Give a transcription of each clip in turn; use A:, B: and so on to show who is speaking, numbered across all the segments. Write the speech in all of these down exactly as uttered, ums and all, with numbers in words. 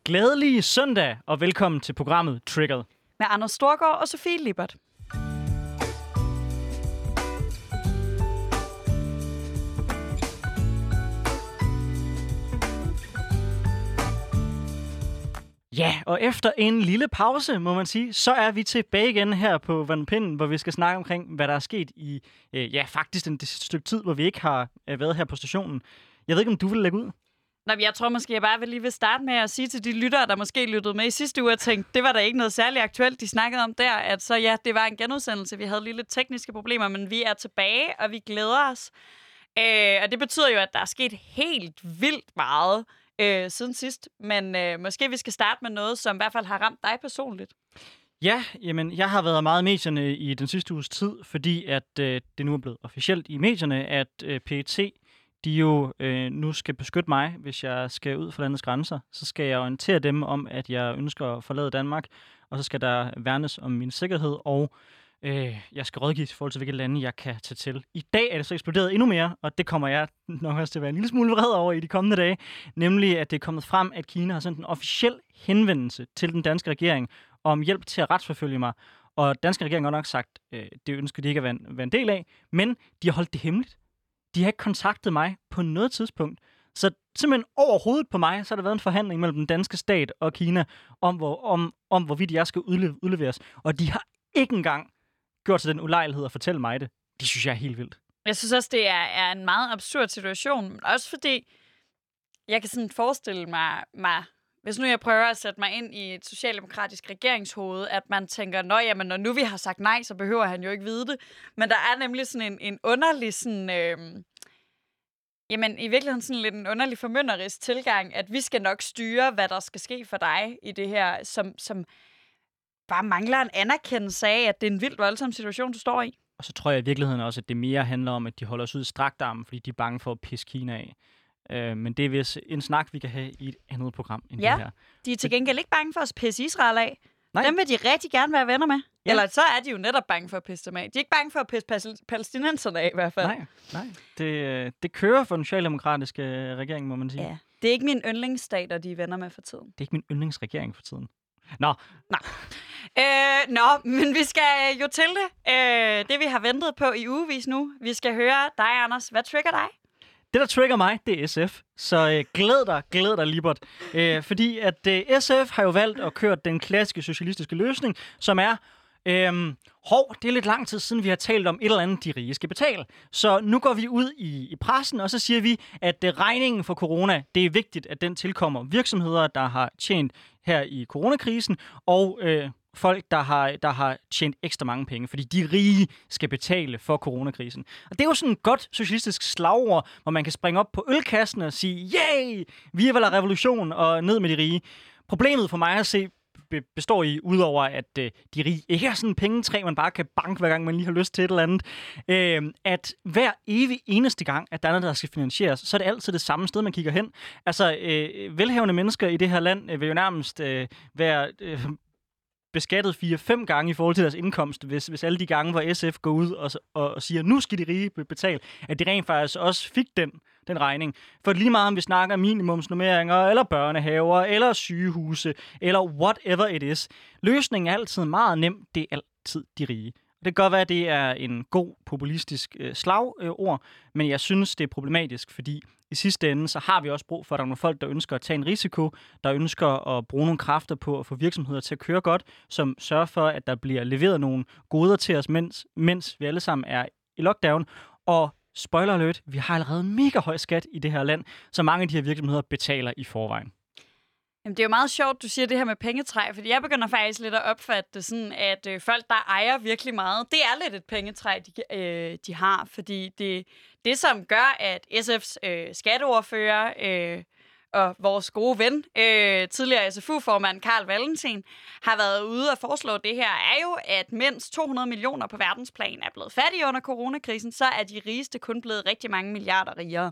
A: Glædelig søndag, og velkommen til programmet Triggered.
B: Med Anders Storgård og Sofie Lippert.
A: Ja, og efter en lille pause, må man sige, så er vi tilbage igen her på Vandpinden, hvor vi skal snakke omkring, hvad der er sket i, øh, ja, faktisk en stykke tid, hvor vi ikke har øh, været her på stationen. Jeg ved ikke, om du vil lægge ud?
B: Nå, jeg tror måske, jeg bare vil lige vil starte med at sige til de lyttere, der måske lyttede med i sidste uge, og tænkte, det var da ikke noget særligt aktuelt, de snakkede om der, at så ja, det var en genudsendelse. Vi havde lige lidt tekniske problemer, men vi er tilbage, og vi glæder os. Øh, og det betyder jo, at der er sket helt vildt meget øh, siden sidst. Men øh, måske vi skal starte med noget, som i hvert fald har ramt dig personligt.
A: Ja, jamen, jeg har været meget i medierne i den sidste uges tid, fordi at øh, det nu er blevet officielt i medierne, at øh, P E T de jo øh, nu skal beskytte mig, hvis jeg skal ud for landets grænser. Så skal jeg orientere dem om, at jeg ønsker at forlade Danmark, og så skal der værnes om min sikkerhed, og øh, jeg skal rådgive i forhold til, hvilke lande jeg kan tage til. I dag er det så eksploderet endnu mere, og det kommer jeg nok også til at være en lille smule vred over i de kommende dage, nemlig at det er kommet frem, at Kina har sendt en officiel henvendelse til den danske regering om hjælp til at retsforfølge mig. Og danske regering har nok sagt, øh, det ønsker de ikke at være en, være en del af, men de har holdt det hemmeligt. De har ikke kontaktet mig på noget tidspunkt. Så simpelthen over hovedet på mig, så har der været en forhandling mellem den danske stat og Kina om, hvor, om, om hvorvidt jeg skal udle- udleveres. Og de har ikke engang gjort sig den ulejlighed at fortælle mig det. Det synes jeg er helt vildt.
B: Jeg synes også, det er, er en meget absurd situation. Men også fordi, jeg kan sådan forestille mig, mig, hvis nu jeg prøver at sætte mig ind i et socialdemokratisk regeringshoved, at man tænker, nå jamen, når nu vi har sagt nej, så behøver han jo ikke vide det. Men der er nemlig sådan en, en underlig sådan... Øh, Jamen, i virkeligheden sådan lidt en underlig formynderisk tilgang, at vi skal nok styre, hvad der skal ske for dig i det her, som, som bare mangler en anerkendelse af, at det er en vildt voldsom situation, du står i.
A: Og så tror jeg i virkeligheden også, at det mere handler om, at de holder os ud i strakt arm, fordi de er bange for at pisse Kina af. Uh, men det er vist en snak, vi kan have i et andet program end
B: ja,
A: det her.
B: De er til gengæld ikke bange for at pisse Israel af.
A: Nej.
B: Dem vil de rigtig gerne være venner med.
A: Ja.
B: Eller så er de jo netop bange for at pisse dem af. De er ikke bange for at pisse pal- palæstinenserne af, i hvert fald.
A: Nej, nej. Det, det kører for den socialdemokratiske regering, må man sige.
B: Ja. Det er ikke min yndlingsstater, de er venner med for tiden.
A: Det er ikke min yndlingsregering for tiden. Nå.
B: Nå. Øh, nå, men vi skal jo til det. Øh, det, vi har ventet på i ugevis nu. Vi skal høre dig, Anders. Hvad trigger dig?
A: Det, der trigger mig, det er S F. Så øh, glæd dig, glæd dig, Lippert. Øh, fordi at øh, S F har jo valgt at køre den klassiske socialistiske løsning, som er, øh, hov, det er lidt lang tid siden, vi har talt om et eller andet, de rige skal betale. Så nu går vi ud i, i pressen, og så siger vi, at øh, regningen for corona, det er vigtigt, at den tilkommer virksomheder, der har tjent her i coronakrisen, og... Øh, folk, der har, der har tjent ekstra mange penge, fordi de rige skal betale for coronakrisen. Og det er jo sådan et godt socialistisk slagord, hvor man kan springe op på ølkassen og sige, yay, vi er vel af revolution og ned med de rige. Problemet for mig at se består i, udover at øh, de rige ikke er sådan en pengetræ, man bare kan banke, hver gang man lige har lyst til et eller andet, øh, at hver evig eneste gang, at der er noget, der skal finansieres, så er det altid det samme sted, man kigger hen. Altså, øh, velhavende mennesker i det her land øh, vil jo nærmest øh, være... Øh, beskattet fire-fem gange i forhold til deres indkomst, hvis, hvis alle de gange, hvor S F går ud og, og, og siger, nu skal de rige betale, at de rent faktisk også fik den, den regning. For lige meget om vi snakker minimumsnummeringer, eller børnehaver, eller sygehuse, eller whatever it is. Løsningen er altid meget nem, det er altid de rige. Det kan godt være, at det er en god populistisk øh, slagord, øh, men jeg synes, det er problematisk, fordi i sidste ende, så har vi også brug for, at der er nogle folk, der ønsker at tage en risiko, der ønsker at bruge nogle kræfter på at få virksomheder til at køre godt, som sørger for, at der bliver leveret nogle goder til os, mens, mens vi alle sammen er i lockdown. Og spoiler alert, vi har allerede mega høj skat i det her land, så mange af de her virksomheder betaler i forvejen.
B: Jamen, det er jo meget sjovt, du siger det her med pengetræ, fordi jeg begynder faktisk lidt at opfatte det sådan, at øh, folk, der ejer virkelig meget, det er lidt et pengetræ, de, øh, de har, fordi det, det, som gør, at S F's øh, skatteordfører øh, og vores gode ven, øh, tidligere S F U-formand Carl Valentin, har været ude og foreslå det her, er jo, at mens to hundrede millioner på verdensplan er blevet fattige under coronakrisen, så er de rigeste kun blevet rigtig mange milliarder rigere.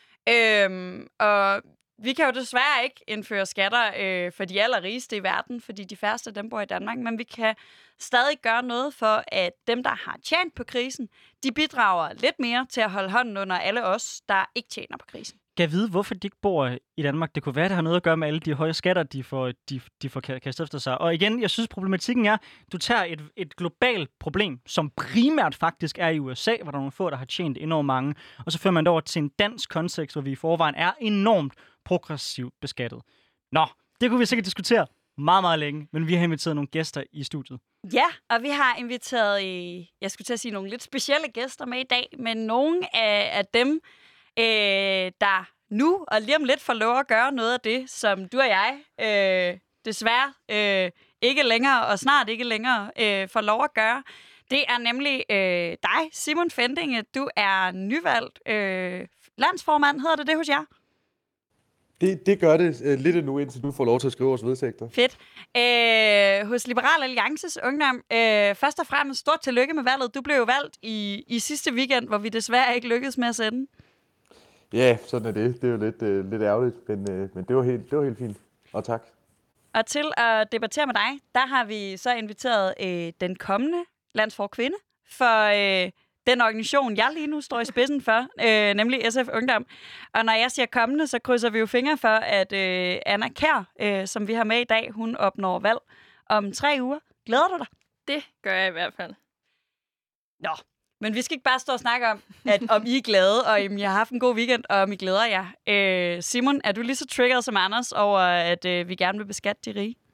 B: Øhm, og vi kan jo desværre ikke indføre skatter øh, for de allerrigeste i verden, fordi de færreste af dem bor i Danmark, men vi kan stadig gøre noget for, at dem, der har tjent på krisen, de bidrager lidt mere til at holde hånden under alle os, der ikke tjener på krisen.
A: Kan jeg vide, hvorfor de ikke bor i Danmark? Det kunne være, det har noget at gøre med alle de høje skatter, de får, de, de får kastet efter sig. Og igen, jeg synes, problematikken er, du tager et, et globalt problem, som primært faktisk er i U S A, hvor der er nogle få, der har tjent enormt mange, og så fører man det over til en dansk kontekst, hvor vi i forvejen er enormt progressivt beskattet. Nå, det kunne vi sikkert diskutere meget, meget længe, men vi har inviteret nogle gæster i studiet.
B: Ja, og vi har inviteret, i, jeg skulle til at sige nogle lidt specielle gæster med i dag, men nogle af, af dem, øh, der nu og lige om lidt får lov at gøre noget af det, som du og jeg øh, desværre øh, ikke længere og snart ikke længere øh, får lov at gøre. Det er nemlig øh, dig, Simon Fendinge. Du er nyvalgt øh, landsformand, hedder det det hos jer?
C: Det, det gør det uh, lidt endnu, indtil du får lov til at skrive vores vedtægter.
B: Fedt. Øh, hos Liberal Alliances Ungdom, øh, først og fremmest stort tillykke med valget. Du blev jo valgt i, i sidste weekend, hvor vi desværre ikke lykkedes med at sende.
C: Ja, sådan er det. Det er jo lidt, uh, lidt ærgerligt, men, uh, men det, var helt, det var helt fint. Og tak.
B: Og til at debattere med dig, der har vi så inviteret øh, den kommende landsforkvinde for øh, den organisation, jeg lige nu står i spidsen for, øh, nemlig S F Ungdom. Og når jeg siger kommende, så krydser vi jo fingre for, at øh, Anna Kjær, øh, som vi har med i dag, hun opnår valg om tre uger. Glæder du dig?
D: Det gør jeg i hvert fald.
B: Nå, men vi skal ikke bare stå og snakke om, at om I er glade, og om I har haft en god weekend, og om I glæder jer. Øh, Simon, er du lige så triggeret som Anders over, at øh, vi gerne vil beskatte de rige?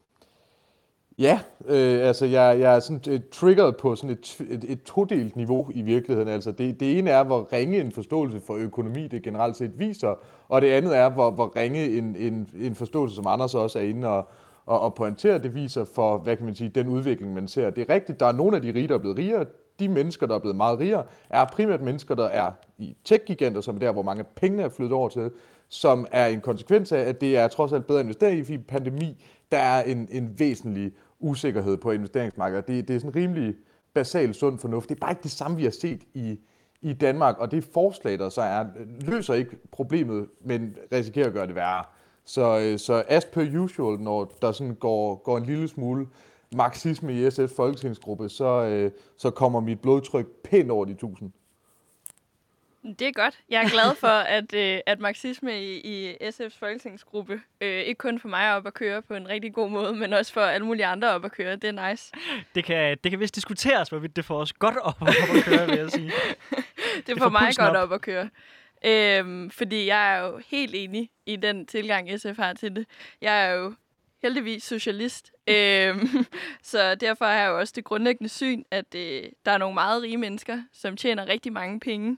C: Ja, øh, altså jeg, jeg er sådan uh, triggeret på sådan et, et, et todelt niveau i virkeligheden. Altså det, det ene er, hvor ringe en forståelse for økonomi det generelt set viser, og det andet er, hvor, hvor ringe en, en, en forståelse, som Anders også er inde og, og, og pointerer, det viser for, hvad kan man sige, den udvikling, man ser. Det er rigtigt, der er nogle af de rige, der er blevet rigere. De mennesker, der er blevet meget rigere, er primært mennesker, der er i tech-giganter, som er der, hvor mange penge er flyttet over til, som er en konsekvens af, at det er trods alt bedre at investere i, fordi pandemi, der er en, en væsentlig usikkerhed på investeringsmarkedet. Det, det er sådan rimelig basal sund fornuft. Det er bare ikke det samme, vi har set i, i Danmark, og det forslag, der så er, løser ikke problemet, men risikerer at gøre det værre. Så, så as per usual, når der sådan går, går en lille smule marxisme i S F's folketingsgruppe, så, så kommer mit blodtryk pænt over de tusind.
D: Det er godt. Jeg er glad for, at, øh, at marxisme i, i S F's folketingsgruppe øh, ikke kun for mig er op at køre på en rigtig god måde, men også for alle mulige andre op at køre. Det er nice.
A: Det kan, det kan vist diskuteres, hvorvidt det får os godt op, op at køre, vil jeg sige.
D: det, det får mig godt op at køre. Øhm, fordi jeg er jo helt enig i den tilgang, S F har til det. Jeg er jo heldigvis socialist, øhm, så derfor har jeg jo også det grundlæggende syn, at øh, der er nogle meget rige mennesker, som tjener rigtig mange penge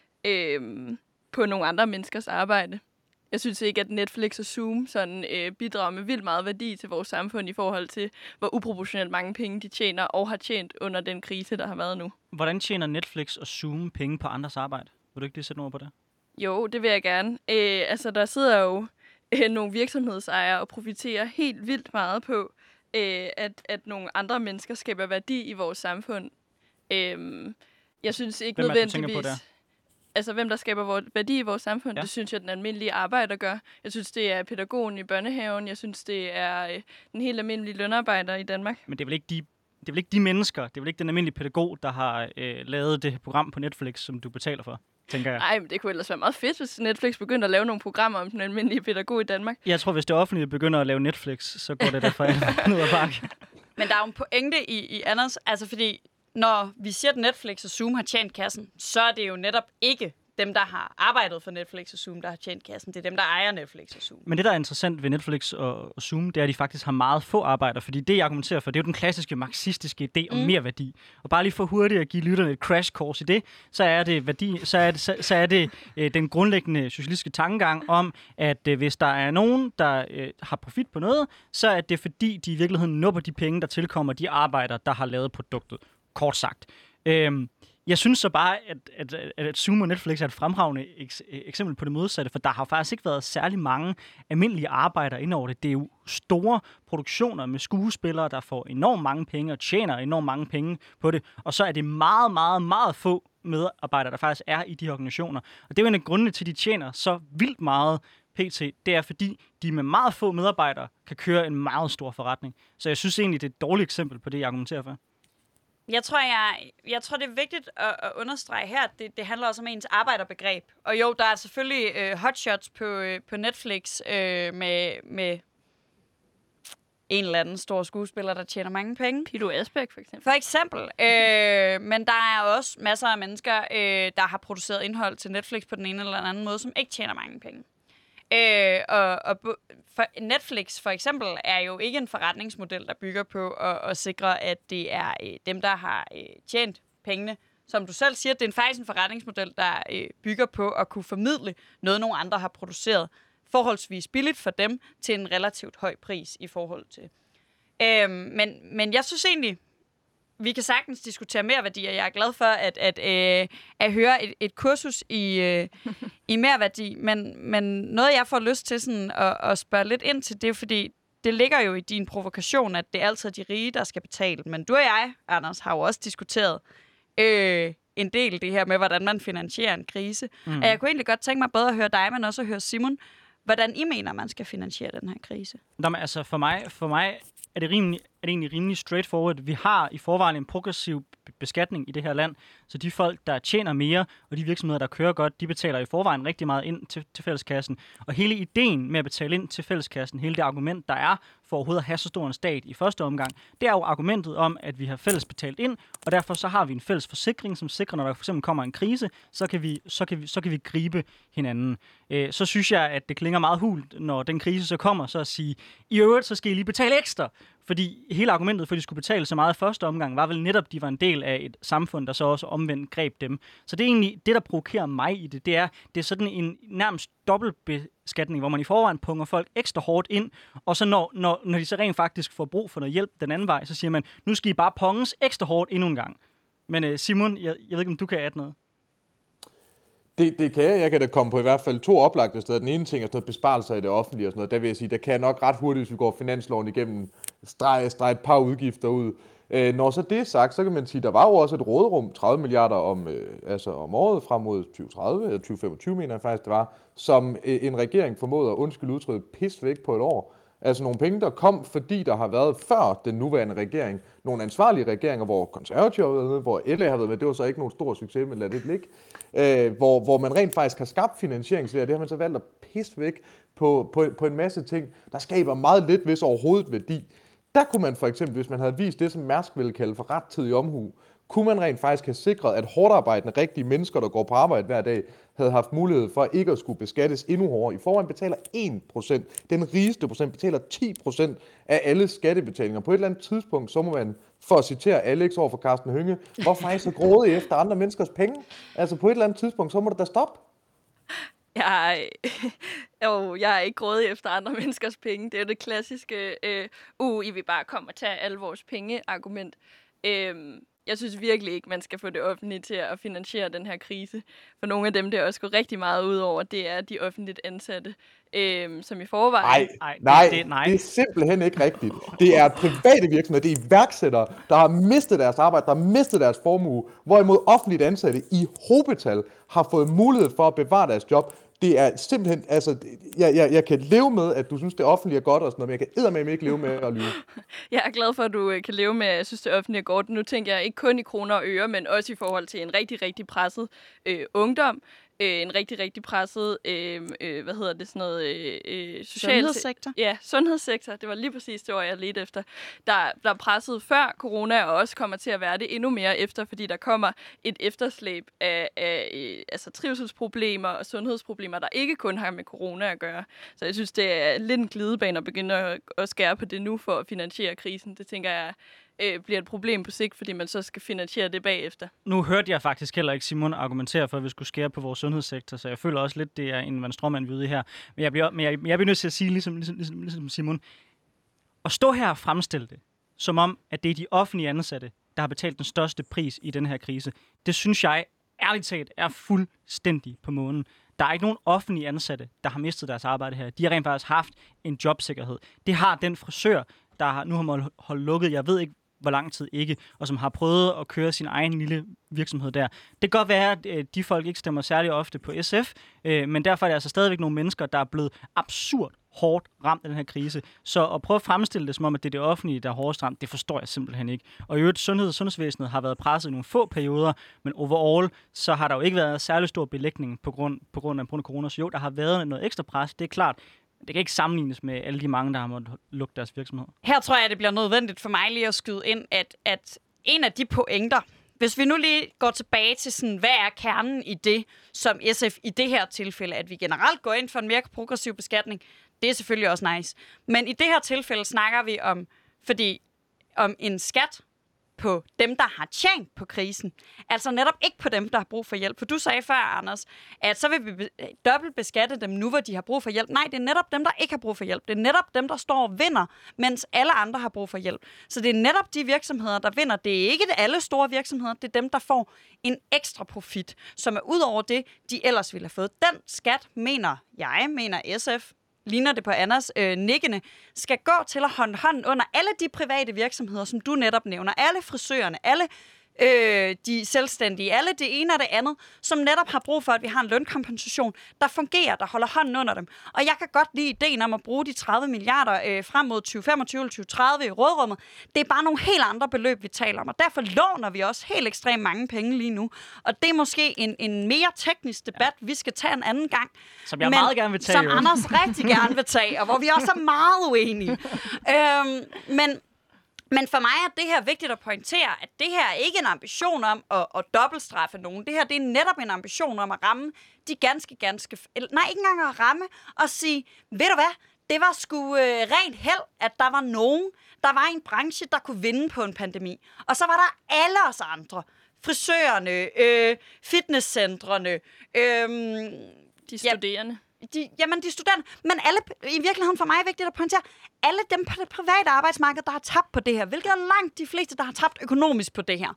D: øhm, på nogle andre menneskers arbejde. Jeg synes ikke, at Netflix og Zoom sådan, øh, bidrager med vildt meget værdi til vores samfund i forhold til, hvor uproportionelt mange penge de tjener og har tjent under den krise, der har været nu.
A: Hvordan tjener Netflix og Zoom penge på andres arbejde? Vil du ikke lige sætte ord på det?
D: Jo, det vil jeg gerne. Øh, altså, der sidder jo øh, nogle virksomhedsejere og profiterer helt vildt meget på, øh, at, at nogle andre mennesker skaber værdi i vores samfund. Øh, jeg synes ikke
A: Hvem er det, du
D: nødvendigvis...
A: tænker på der?
D: Altså, hvem der skaber vores værdi i vores samfund,
A: Ja.
D: det synes jeg, den almindelige arbejder gør. Jeg synes, det er pædagogen i børnehaven. Jeg synes, det er øh, den helt almindelige lønarbejder i Danmark.
A: Men det er vel ikke de, det er vel ikke de mennesker, det er vel ikke den almindelige pædagog, der har øh, lavet det program på Netflix, som du betaler for, tænker jeg.
D: Nej, men det kunne ellers være meget fedt, hvis Netflix begyndte at lave nogle programmer om den almindelige pædagog i Danmark.
A: Jeg tror, hvis det offentlige begynder at lave Netflix, så går det derfor ned ad bakke.
B: Men der er jo en pointe i, i Anders, altså fordi når vi siger, at Netflix og Zoom har tjent kassen, så er det jo netop ikke dem, der har arbejdet for Netflix og Zoom, der har tjent kassen. Det er dem, der ejer Netflix og Zoom.
A: Men det, der er interessant ved Netflix og, og Zoom, det er, at de faktisk har meget få arbejdere, fordi det, jeg argumenterer for, det er jo den klassiske marxistiske idé om mm. mere værdi. Og bare lige for hurtigt at give lytterne et crash course i det, så er det, værdi, så er det, så, så er det øh, den grundlæggende socialistiske tankegang om, at øh, hvis der er nogen, der øh, har profit på noget, så er det fordi, de i virkeligheden nupper de penge, der tilkommer de arbejdere, der har lavet produktet. Kort sagt. Øhm, Jeg synes så bare, at, at, at Zoom og Netflix er et fremragende eks- eksempel på det modsatte, for der har faktisk ikke været særlig mange almindelige arbejdere ind over det. Det er jo store produktioner med skuespillere, der får enormt mange penge og tjener enormt mange penge på det, og så er det meget, meget, meget få medarbejdere, der faktisk er i de organisationer. Og det er jo en af grundene til, at de tjener så vildt meget P T, det er fordi, de med meget få medarbejdere kan køre en meget stor forretning. Så jeg synes egentlig, det er et dårligt eksempel på det, jeg argumenterer for.
B: Jeg tror, jeg, jeg tror, det er vigtigt at, at understrege her, at det, det handler også om ens arbejderbegreb. Og jo, der er selvfølgelig øh, hotshots på, øh, på Netflix øh, med, med en eller anden stor skuespiller, der tjener mange penge.
D: Pido Asbæk, for eksempel.
B: For eksempel. Øh, men der er også masser af mennesker, øh, der har produceret indhold til Netflix på den ene eller anden måde, som ikke tjener mange penge. Øh, og og for Netflix for eksempel er jo ikke en forretningsmodel, der bygger på at, at sikre, at det er øh, dem, der har øh, tjent pengene. Som du selv siger, det er faktisk en forretningsmodel, der øh, bygger på at kunne formidle noget, nogle andre har produceret forholdsvis billigt for dem til en relativt høj pris i forhold til. Øh, men, men jeg synes egentlig, vi kan sagtens diskutere mere værdi, og jeg er glad for at, at, øh, at høre et, et kursus i, øh, i mere værdi. Men, men noget, jeg får lyst til sådan at, at spørge lidt ind til, det er fordi, det ligger jo i din provokation, at det er altid de rige, der skal betale. Men du og jeg, Anders, har jo også diskuteret øh, en del det her med, hvordan man finansierer en krise. Mm. Og jeg kunne egentlig godt tænke mig både at høre dig, men også at høre Simon, hvordan I mener, man skal finansiere den her krise.
A: Nå, men altså for mig, for mig er det, rimelig, er det egentlig rimelig straightforward. Vi har i forvejen en progressiv beskatning i det her land, så de folk, der tjener mere, og de virksomheder, der kører godt, de betaler i forvejen rigtig meget ind til, til fælleskassen. Og hele ideen med at betale ind til fælleskassen, hele det argument, der er for overhovedet at have så stor en stat i første omgang, det er jo argumentet om, at vi har fælles betalt ind, og derfor så har vi en fælles forsikring, som sikrer, når der for eksempel kommer en krise, så kan vi, så kan vi, så kan vi gribe hinanden. Øh, så synes jeg, at det klinger meget hult, når den krise så kommer, så at sige, i øvrigt, så skal I lige betale ekstra. Fordi hele argumentet for, at de skulle betale så meget i første omgang, var vel netop, at de var en del af et samfund, der så også omvendt greb dem. Så det er egentlig det, der provokerer mig i det. Det er, det er sådan en nærmest dobbeltbeskatning, hvor man i forvejen punger folk ekstra hårdt ind, og så når, når, når de så rent faktisk får brug for noget hjælp den anden vej, så siger man, nu skal I bare punges ekstra hårdt endnu en gang. Men uh, Simon, jeg, jeg ved ikke, om du kan adde noget?
C: Det, det kan jeg. Jeg kan da komme på i hvert fald to oplagte steder. Den ene ting er sådan noget besparelser i det offentlige og sådan noget. Der vil jeg sige, der kan jeg nok ret hurtigt, hvis vi går finansloven igennem, strege, strege et par udgifter ud. Øh, når så det er sagt, så kan man sige, der var jo også et råderum, tredive milliarder om, øh, altså om året frem mod tyve tredive, eller tyve femogtyve mener jeg faktisk det var, som øh, en regering formåede at undskylde udtrykket pist væk på et år. Altså nogle penge, der kom, fordi der har været før den nuværende regering, nogle ansvarlige regeringer, hvor konservative har været med, hvor L A har været med, det var så ikke nogen stor succes, men lad det ligge, øh, hvor, hvor man rent faktisk har skabt finansieringslæger, det har man så valgt at pisse væk på, på, på en masse ting, der skaber meget lidt, hvis overhovedet værdi. Der kunne man for eksempel, hvis man havde vist det, som Mærsk ville kalde for rettidig omhu, kunne man rent faktisk have sikret, at hårdt arbejdende, rigtige mennesker, der går på arbejde hver dag, havde haft mulighed for ikke at skulle beskattes endnu hårdere. I forvejen betaler en procent. Den rigeste procent betaler ti procent af alle skattebetalinger. På et eller andet tidspunkt, så må man, for at citere Alex over for Carsten Hønge, hvorfor er I så grådige efter andre menneskers penge? Altså på et eller andet tidspunkt, så må det da stoppe.
D: Jeg, jo, jeg er ikke grådig efter andre menneskers penge. Det er jo det klassiske, øh, uh, I vil bare komme og tage alle vores penge-argument. Øh, Jeg synes virkelig ikke, man skal få det offentlige til at finansiere den her krise. For nogle af dem, det også går rigtig meget ud over, det er de offentligt ansatte, øhm, som i forvejen...
C: Nej, nej, det, nej, det er simpelthen ikke rigtigt. Det er private virksomheder, det er iværksættere, der har mistet deres arbejde, der har mistet deres formue, hvorimod offentligt ansatte i hobetal har fået mulighed for at bevare deres job. Det er simpelthen, altså, jeg, jeg, jeg kan leve med, at du synes, det offentlige er godt og sådan noget, men jeg kan eddermame ikke leve med at lyve.
D: Jeg er glad for, at du kan leve med, at jeg synes, det offentlige er godt. Nu tænker jeg ikke kun i kroner og øre, men også i forhold til en rigtig, rigtig presset øh, ungdom. Øh, en rigtig, rigtig presset, øh, øh, hvad hedder det, sådan noget... Øh, øh, social
B: sundhedssektor?
D: Ja, sundhedssektor. Det var lige præcis det ord, jeg ledte efter. Der, der er presset før corona, og også kommer til at være det endnu mere efter, fordi der kommer et efterslæb af, af øh, altså trivselsproblemer og sundhedsproblemer, der ikke kun har med corona at gøre. Så jeg synes, det er lidt en glidebane at begynde at, at skære på det nu for at finansiere krisen. Det tænker jeg øh, bliver et problem på sigt, fordi man så skal finansiere det bagefter.
A: Nu hørte jeg faktisk heller ikke Simon argumentere for, at vi skulle skære på vores sundhedssektor, så jeg føler også lidt, det er en vandstrømmand, vi er ude i her. Men jeg bliver, men jeg, jeg bliver nødt til at sige, ligesom, ligesom, ligesom, ligesom Simon, at stå her og fremstille det, som om, at det er de offentlige ansatte, der har betalt den største pris i den her krise, det synes jeg ærligt talt er fuldstændig på månen. Der er ikke nogen offentlige ansatte, der har mistet deres arbejde her. De har rent faktisk haft en jobsikkerhed. Det har den frisør, der har, nu har måttet holde lukket, jeg ved ikke, hvor lang tid ikke, og som har prøvet at køre sin egen lille virksomhed der. Det kan godt være, at de folk ikke stemmer særlig ofte på S F, men derfor er der altså stadigvæk nogle mennesker, der er blevet absurd hårdt ramt af den her krise. Så at prøve at fremstille det som om, at det er det offentlige, der er hårdest ramt, det forstår jeg simpelthen ikke. Og i øvrigt, sundhed, sundhedsvæsenet har været presset i nogle få perioder, men overall, så har der jo ikke været særlig stor belægning på grund, på grund af, på grund af corona. Så jo, der har været noget ekstra pres, det er klart. Det kan ikke sammenlignes med alle de mange, der har måttet lukke deres virksomhed.
B: Her tror jeg, det bliver nødvendigt for mig lige at skyde ind, at, at en af de pointer, hvis vi nu lige går tilbage til, sådan, hvad er kernen i det, som S F i det her tilfælde, at vi generelt går ind for en mere progressiv beskatning, det er selvfølgelig også nice. Men i det her tilfælde snakker vi om, fordi, om en skat på dem, der har tjent på krisen. Altså netop ikke på dem, der har brug for hjælp. For du sagde før, Anders, at så vil vi dobbelt beskatte dem nu, hvor de har brug for hjælp. Nej, det er netop dem, der ikke har brug for hjælp. Det er netop dem, der står og vinder, mens alle andre har brug for hjælp. Så det er netop de virksomheder, der vinder. Det er ikke det alle store virksomheder, det er dem, der får en ekstra profit, som er ud over det, de ellers ville have fået. Den skat, mener jeg, mener S F, ligner det på Anders øh, nikkende, skal gå til at holde hånden under alle de private virksomheder, som du netop nævner. Alle frisørerne, alle øh, de selvstændige, alle det ene og det andet, som netop har brug for, at vi har en lønkompensation, der fungerer, der holder hånden under dem. Og jeg kan godt lide ideen om at bruge de tredive milliarder øh, frem mod tyve femogtyve eller tyve tredive i rådrummet. Det er bare nogle helt andre beløb, vi taler om, og derfor låner vi også helt ekstremt mange penge lige nu. Og det er måske en, en mere teknisk debat, ja. vi skal tage en anden gang.
A: Som jeg
B: men,
A: meget gerne vil tage.
B: Som
A: jo.
B: Anders rigtig gerne vil tage, og hvor vi også er meget uenige. øhm, men Men for mig er det her vigtigt at pointere, at det her er ikke en ambition om at, at dobbeltstraffe nogen. Det her det er netop en ambition om at ramme de ganske, ganske... Nej, ikke engang at ramme og sige, ved du hvad, det var sgu øh, rent held, at der var nogen, der var en branche, der kunne vinde på en pandemi. Og så var der alle os andre. Frisørerne, øh, fitnesscentrene, øh,
D: de studerende.
B: Ja, De, jamen, de studerende. Men alle, i virkeligheden for mig er vigtigt at pointere, alle dem på det private arbejdsmarked, der har tabt på det her, hvilket er langt de fleste, der har tabt økonomisk på det her,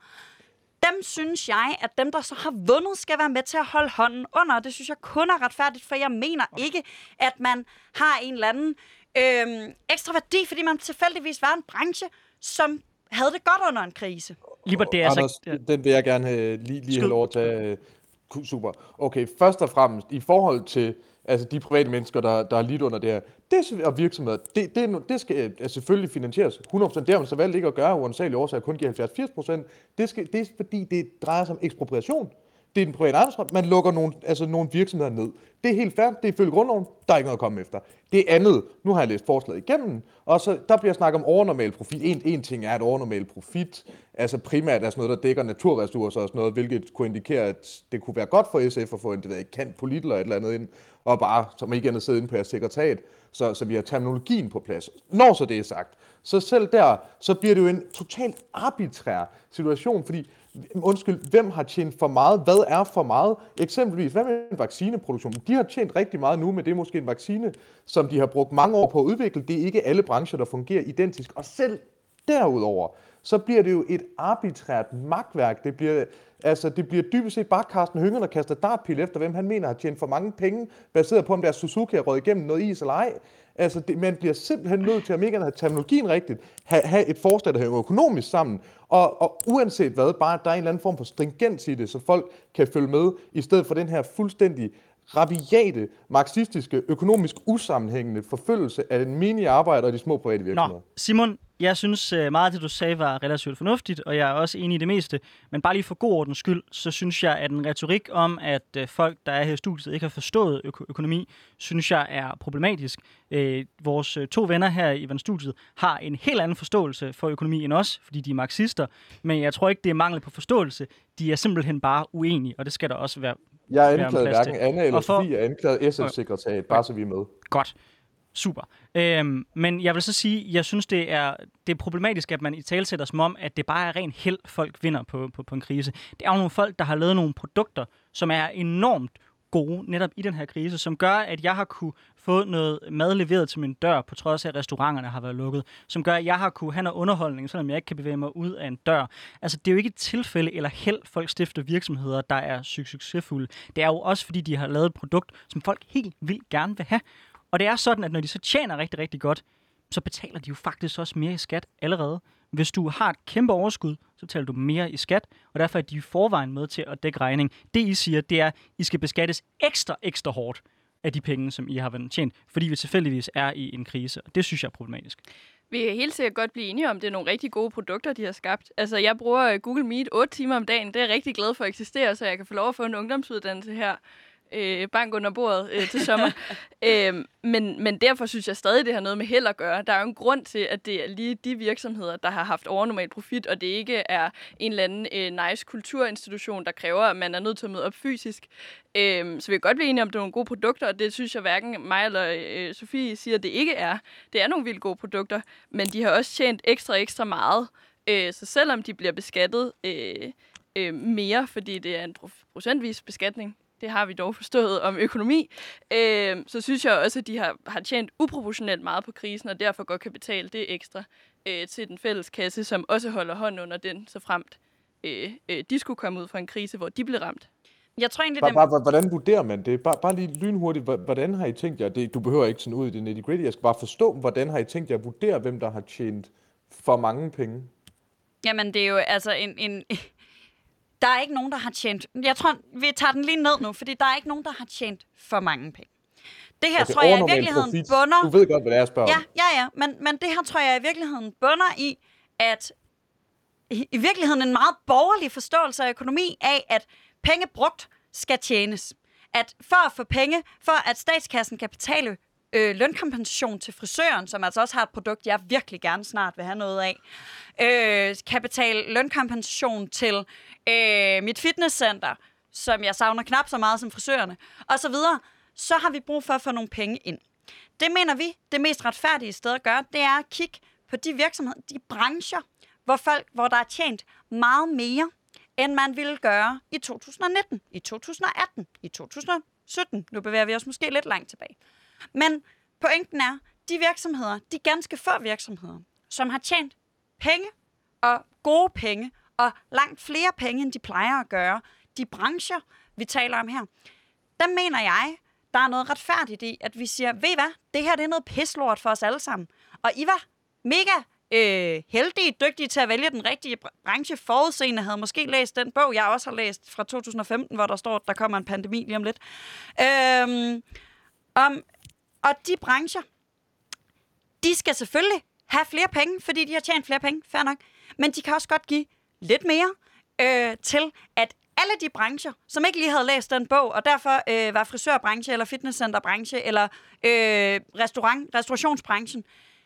B: dem synes jeg, at dem, der så har vundet, skal være med til at holde hånden under. Og det synes jeg kun er retfærdigt, for jeg mener ikke, at man har en eller anden øhm, ekstra værdi, fordi man tilfældigvis var en branche, som havde det godt under en krise.
A: Lige det er
C: Anders,
A: så...
C: den vil jeg gerne have, lige, lige have lov at tage. Super. Okay, først og fremmest, i forhold til altså de private mennesker, der, der er lidt under det her, det, og virksomheder, det, det, det skal altså selvfølgelig finansieres hundrede procent. Det har man så valgt ikke at gøre, uansagelige årsager kun giver halvfjerds til firs procent. Det, skal, det er fordi, det drejer sig om ekspropriation. Det er den private ejendomsret. Man lukker nogle, altså nogle virksomheder ned. Det er helt fair. Det er ifølge grundloven. Der er ikke noget at komme efter. Det andet, nu har jeg læst forslaget igennem, og så der bliver snakket om overnormal profit. En, en ting er, at overnormal profit, altså primært er sådan noget, der dækker naturressourcer og sådan noget, hvilket kunne indikere, at det kunne være godt for S F at få en, det ved, kendt politik eller et eller andet ind, og bare, som ikke andet sidde inde på jeres sekretariat, så, så vi har terminologien på plads. Når så det er sagt, så selv der, så bliver det jo en totalt arbitrær situation, fordi undskyld, hvem har tjent for meget? Hvad er for meget? Eksempelvis, hvad med en vaccineproduktion? De har tjent rigtig meget nu, men det er måske en vaccine, som de har brugt mange år på at udvikle. Det er ikke alle brancher, der fungerer identisk. Og selv derudover, så bliver det jo et arbitrært magtværk. Det bliver, altså, det bliver dybest set bare Carsten Hønge, der kaster dartpil efter, hvem han mener har tjent for mange penge, baseret på, om deres Suzuki har røget igennem noget is eller ej. Altså, det, man bliver simpelthen nødt til at ikke have terminologien rigtigt, have, have et forslag, der hænger økonomisk sammen, og, og uanset hvad, bare at der er en eller anden form for stringens i det, så folk kan følge med, i stedet for den her fuldstændig rabiate, marxistiske, økonomisk usammenhængende forfølgelse af den menige arbejder og de små private virksomheder.
A: Nå, Simon, jeg synes meget af det, du sagde, var relativt fornuftigt, og jeg er også enig i det meste. Men bare lige for god ordens skyld, så synes jeg, at en retorik om, at folk, der er her i studiet, ikke har forstået øko- økonomi, synes jeg er problematisk. Øh, vores to venner her i Vandstudiet har en helt anden forståelse for økonomi end os, fordi de er marxister. Men jeg tror ikke, det er mangel på forståelse. De er simpelthen bare uenige, og det skal der også være.
C: Jeg er anklaget hverken Anna eller for... Sofie, jeg er anklaget S F-sekretariat, bare så vi er med.
A: Godt. Super. Øhm, men jeg vil så sige, jeg synes, det er, det er problematisk, at man i tale sætter som om, at det bare er ren held, folk vinder på, på, på en krise. Det er jo nogle folk, der har lavet nogle produkter, som er enormt gode netop i den her krise, som gør, at jeg har kunne få noget mad leveret til min dør, på trods af, at restauranterne har været lukket, som gør, at jeg har kunne have noget underholdning, selvom jeg ikke kan bevæge mig ud af en dør. Altså, det er jo ikke et tilfælde eller held, folk stifter virksomheder, der er succesfulde. Det er jo også, fordi de har lavet et produkt, som folk helt vildt gerne vil have. Og det er sådan, at når de så tjener rigtig, rigtig godt, så betaler de jo faktisk også mere i skat allerede. Hvis du har et kæmpe overskud, så betaler du mere i skat, og derfor er de i forvejen med til at dække regning. Det, I siger, det er, at I skal beskattes ekstra, ekstra hårdt. af de penge, som I har tjent, fordi vi tilfældigvis er i en krise. Og det synes jeg er problematisk.
D: Vi kan helt sikkert godt blive enige om, det er nogle rigtig gode produkter, de har skabt. Altså, jeg bruger Google Meet otte timer om dagen. Det er jeg rigtig glad for at eksistere, så jeg kan få lov at få en ungdomsuddannelse her. Øh, bank under bordet øh, til sommer. øh, men, men derfor synes jeg stadig, det har noget med held at gøre. Der er jo en grund til, at det er lige de virksomheder, der har haft overnormal profit, og det ikke er en eller anden øh, nice kulturinstitution, der kræver, at man er nødt til at møde op fysisk. Øh, så vi kan godt blive enige om, det er nogle gode produkter, og det synes jeg hverken mig eller øh, Sofie siger, at det ikke er. Det er nogle vildt gode produkter, men de har også tjent ekstra, ekstra meget. Øh, så selvom de bliver beskattet øh, øh, mere, fordi det er en procentvis beskatning, det har vi dog forstået om økonomi, øh, så synes jeg også, at de har, har tjent uproportionelt meget på krisen, og derfor godt kan betale det ekstra øh, til den fælles kasse, som også holder hånden under den, så fremt øh, øh, de skulle komme ud fra en krise, hvor de blev ramt.
B: Jeg tror egentlig,
C: bare,
B: dem...
C: bare, hvordan vurderer man det? Bare, bare lige lynhurtigt, hvordan har I tænkt jer, det, du behøver ikke sådan ud i det nitty-gritty, jeg skal bare forstå, hvordan har I tænkt jer at vurdere, hvem der har tjent for mange penge?
B: Jamen, det er jo altså en... en Der er ikke nogen, der har tjent... Jeg tror, vi tager den lige ned nu, fordi der er ikke nogen, der har tjent for mange penge. Det her
C: okay,
B: tror jeg i virkeligheden
C: profit.
B: bunder...
C: Du ved godt, hvad det er, jeg spørger
B: Ja,
C: om.
B: ja, ja. Men, men det her tror jeg i virkeligheden bunder i, at i, i virkeligheden en meget borgerlig forståelse af økonomi af, at penge brugt skal tjenes. At for at få penge, for at statskassen kan betale øh, lønkompensation til frisøren, som altså også har et produkt, jeg virkelig gerne snart vil have noget af, øh, kan betale lønkompensation til øh, mit fitnesscenter, som jeg savner knap så meget som frisørerne, og så videre, så har vi brug for at få nogle penge ind. Det mener vi, det mest retfærdige sted at gøre, det er at kigge på de virksomheder, de brancher, hvor, folk, hvor der er tjent meget mere, end man ville gøre i to tusind nitten, i to tusind atten, i to tusind sytten. Nu bevæger vi os måske lidt langt tilbage. Men pointen er, de virksomheder, de ganske få virksomheder, som har tjent penge og gode penge, og langt flere penge, end de plejer at gøre, de brancher, vi taler om her, der mener jeg, der er noget retfærdigt i, at vi siger, ved I hvad, det her det er noget pislort for os alle sammen. Og I var mega øh, heldige, dygtige til at vælge den rigtige branche. Forudseende havde måske læst den bog, jeg også har læst fra to tusind femten, hvor der står, at der kommer en pandemi lige om lidt. Øhm, om, og de brancher, de skal selvfølgelig have flere penge, fordi de har tjent flere penge, fair nok. Men de kan også godt give lidt mere øh, til, at alle de brancher, som ikke lige havde læst den bog, og derfor øh, var frisørbranche, eller fitnesscenterbranche, eller øh, restaurant, restaurationsbranchen,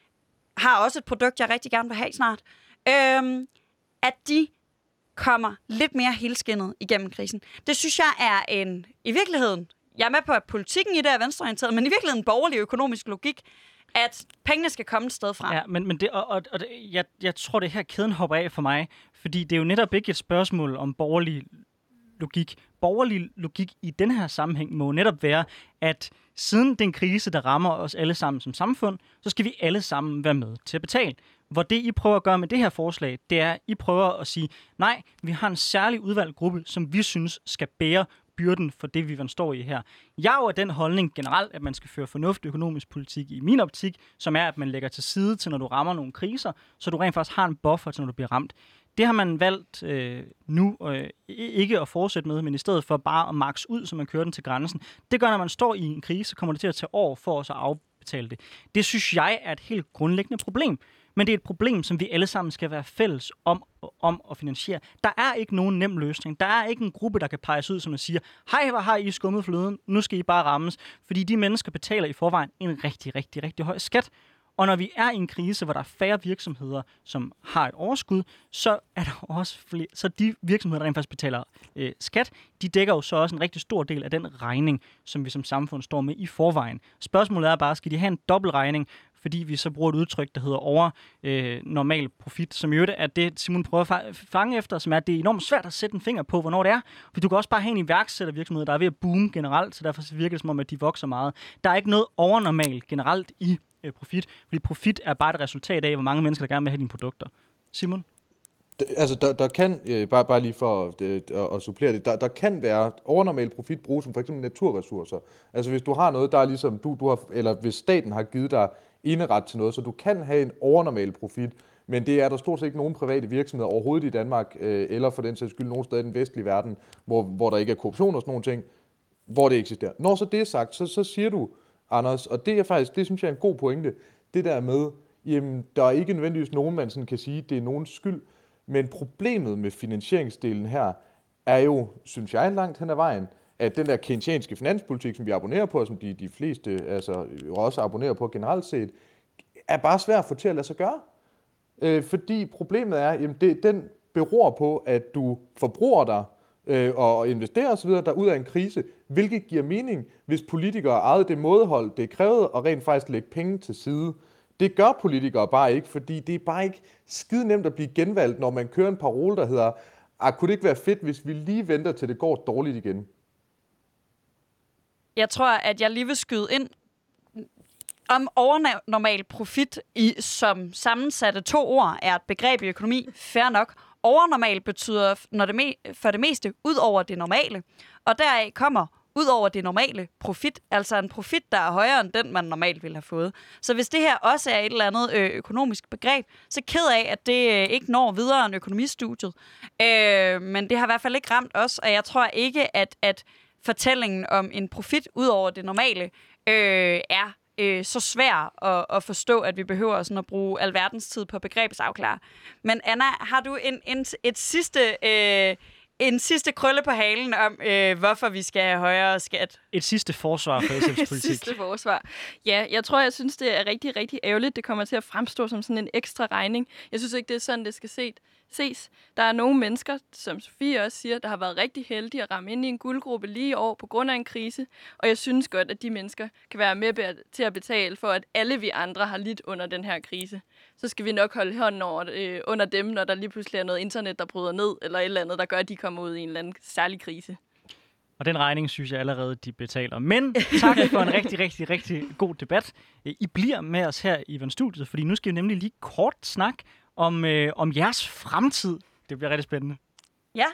B: har også et produkt, jeg rigtig gerne vil have snart, øh, at de kommer lidt mere helskindet igennem krisen. Det synes jeg er en, i virkeligheden, jeg er med på, at politikken i det er venstreorienteret, men i virkeligheden en borgerlig økonomisk logik, at pengene skal komme et sted fra.
A: Ja, men, men det, og, og, og det, jeg, jeg tror, det her kæden hopper af for mig, fordi det er jo netop ikke et spørgsmål om borgerlig logik. Borgerlig logik i den her sammenhæng må netop være, at siden den krise, der rammer os alle sammen som samfund, så skal vi alle sammen være med til at betale. Hvor det, I prøver at gøre med det her forslag, det er, at I prøver at sige, nej, vi har en særlig udvalgt gruppe, som vi synes skal bære byrden for det, vi står i her. Jeg er jo af den holdning generelt, at man skal føre fornuftig økonomisk politik i min optik, som er, at man lægger til side til, når du rammer nogle kriser, så du rent faktisk har en buffer til, når du bliver ramt. Det har man valgt øh, nu øh, ikke at fortsætte med, men i stedet for bare at max ud, så man kører den til grænsen. Det gør, når man står i en krise, kommer det til at tage år for os at afbetale det. Det synes jeg er et helt grundlæggende problem. Men det er et problem, som vi alle sammen skal være fælles om, om at finansiere. Der er ikke nogen nem løsning. Der er ikke en gruppe, der kan peges ud, som siger, hej, hvor har I skummet fløden, nu skal I bare rammes. Fordi de mennesker betaler i forvejen en rigtig, rigtig, rigtig høj skat. Og når vi er i en krise, hvor der er færre virksomheder, som har et overskud, så er der også flere. Så de virksomheder, der rent faktisk betaler øh, skat, de dækker jo så også en rigtig stor del af den regning, som vi som samfund står med i forvejen. Spørgsmålet er bare, skal de have en dobbeltregning, fordi vi så bruger et udtryk, der hedder over øh, normal profit, som jo er det, Simon prøver at fange efter, som er, at det er enormt svært at sætte en finger på, hvornår det er. For du kan også bare have en iværksættervirksomhed, der er ved at boome generelt, så derfor virker det som om, at de vokser meget. Der er ikke noget overnormalt generelt i øh, profit, fordi profit er bare et resultat af, hvor mange mennesker, der gerne vil have dine produkter. Simon?
C: Altså, der, der kan, øh, bare, bare lige for det, at, at supplere det, der, der kan være overnormal profit bruges som for eksempel naturressourcer. Altså, hvis du har noget, der er ligesom, du, du har, eller hvis staten har givet dig inderet til noget, så du kan have en overnormal profit, men det er der stort set ikke nogen private virksomheder overhovedet i Danmark, øh, eller for den sags skyld nogen steder i den vestlige verden, hvor, hvor der ikke er korruption og sådan nogle ting, hvor det eksisterer. Når så det er sagt, så, så siger du, Anders, og det er faktisk, det synes jeg er en god pointe, det der med, jamen, der er ikke nødvendigvis nogen, man sådan kan sige, det er nogens skyld, men problemet med finansieringsdelen her, er jo, synes jeg, langt hen ad vejen, at den der keynesianske finanspolitik, som vi abonnerer på, og som de, de fleste altså, også abonnerer på generelt set, er bare svært at få til at lade sig gøre. Øh, fordi problemet er, at den beror på, at du forbruger dig øh, og investerer osv. der ud af en krise, hvilket giver mening, hvis politikere ejede det mådehold, det er krævet, og rent faktisk lægge penge til side. Det gør politikere bare ikke, fordi det er bare ikke skide nemt at blive genvalgt, når man kører en parole, der hedder, ah, kunne det ikke være fedt, hvis vi lige venter til det går dårligt igen?
B: Jeg tror, at jeg lige vil skyde ind om overnormal profit i, som sammensatte to ord, er et begreb i økonomi. Fair nok. Overnormal betyder når det me- for det meste ud over det normale, og deraf kommer ud over det normale profit, altså en profit, der er højere end den, man normalt ville have fået. Så hvis det her også er et eller andet ø- økonomisk begreb, så ked af, at det ø, ikke når videre end økonomistudiet. Øh, men det har i hvert fald ikke ramt os, og jeg tror ikke, at, at fortællingen om en profit ud over det normale øh, er øh, så svær at, at forstå, at vi behøver sådan at bruge alverdens tid på begrebsafklare. Men Anna, har du en, en, et sidste, øh, en sidste krølle på halen om, øh, hvorfor vi skal have højere skat?
A: Et sidste forsvar for S F's politik.
D: Et sidste forsvar. Ja, jeg tror, jeg synes, det er rigtig, rigtig ærgerligt. Det kommer til at fremstå som sådan en ekstra regning. Jeg synes ikke, det er sådan, det skal set. ses. Der er nogle mennesker, som Sofie også siger, der har været rigtig heldige at ramme ind i en guldgruppe lige i år på grund af en krise, og jeg synes godt, at de mennesker kan være med til at betale for, at alle vi andre har lidt under den her krise. Så skal vi nok holde hånden over, øh, under dem, når der lige pludselig er noget internet, der bryder ned, eller et eller andet, der gør, at de kommer ud i en eller anden særlig krise.
A: Og den regning, synes jeg allerede, de betaler. Men tak for en rigtig, rigtig, rigtig god debat. I bliver med os her i Studiet, fordi nu skal vi nemlig lige kort snakke om, øh, om jeres fremtid. Det bliver rigtig spændende.
B: Ja,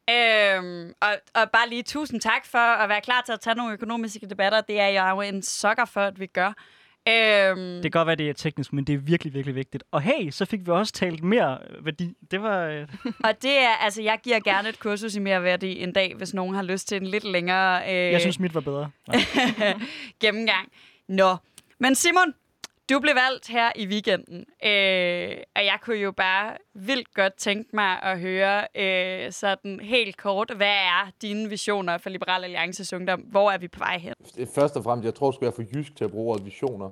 B: øhm, og, og bare lige tusind tak for at være klar til at tage nogle økonomiske debatter. Det er jeg jo en sukker for, at vi gør. Øhm,
A: det kan godt være, det er teknisk, men det er virkelig, virkelig vigtigt. Og hey, så fik vi også talt mere værdi. Det var... Øh...
B: og det er, altså, jeg giver gerne et kursus i mere værdi en dag, hvis nogen har lyst til en lidt længere... Øh,
A: jeg synes, mit var bedre.
B: gennemgang. Nå, men Simon, du blev valgt her i weekenden, øh, og jeg kunne jo bare vildt godt tænke mig at høre øh, sådan helt kort, hvad er dine visioner for Liberal Alliances Ungdom? Hvor er vi på vej hen?
C: Først og fremmest, jeg tror, det skal være for jysk til at bruge ordet visioner.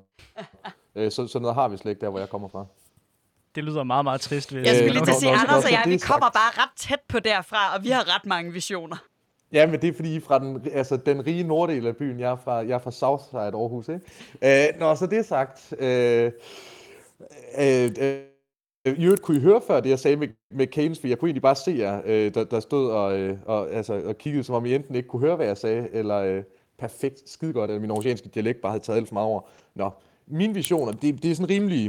C: så, så noget har vi slet ikke der, hvor jeg kommer fra.
A: Det lyder meget, meget trist. Ved
B: jeg skulle lige til at sige, Anders og jeg, vi kommer bare ret tæt på derfra, og vi har ret mange visioner.
C: Ja, men det er fordi fra den, altså, den rige norddel af byen, jeg er fra, jeg er fra Southside Aarhus, ikke? Øh, når så det er sagt, øh, øh, øh, i øvrigt kunne I høre før det, jeg sagde med, med Keynes, for jeg kunne egentlig bare se jer, øh, der, der stod og, øh, og, altså, og kiggede, som om I enten ikke kunne høre, hvad jeg sagde, eller øh, perfekt, skidegodt, eller min oceanske dialekt bare havde taget alt for meget over. Nå, mine visioner, det, det er sådan rimelig,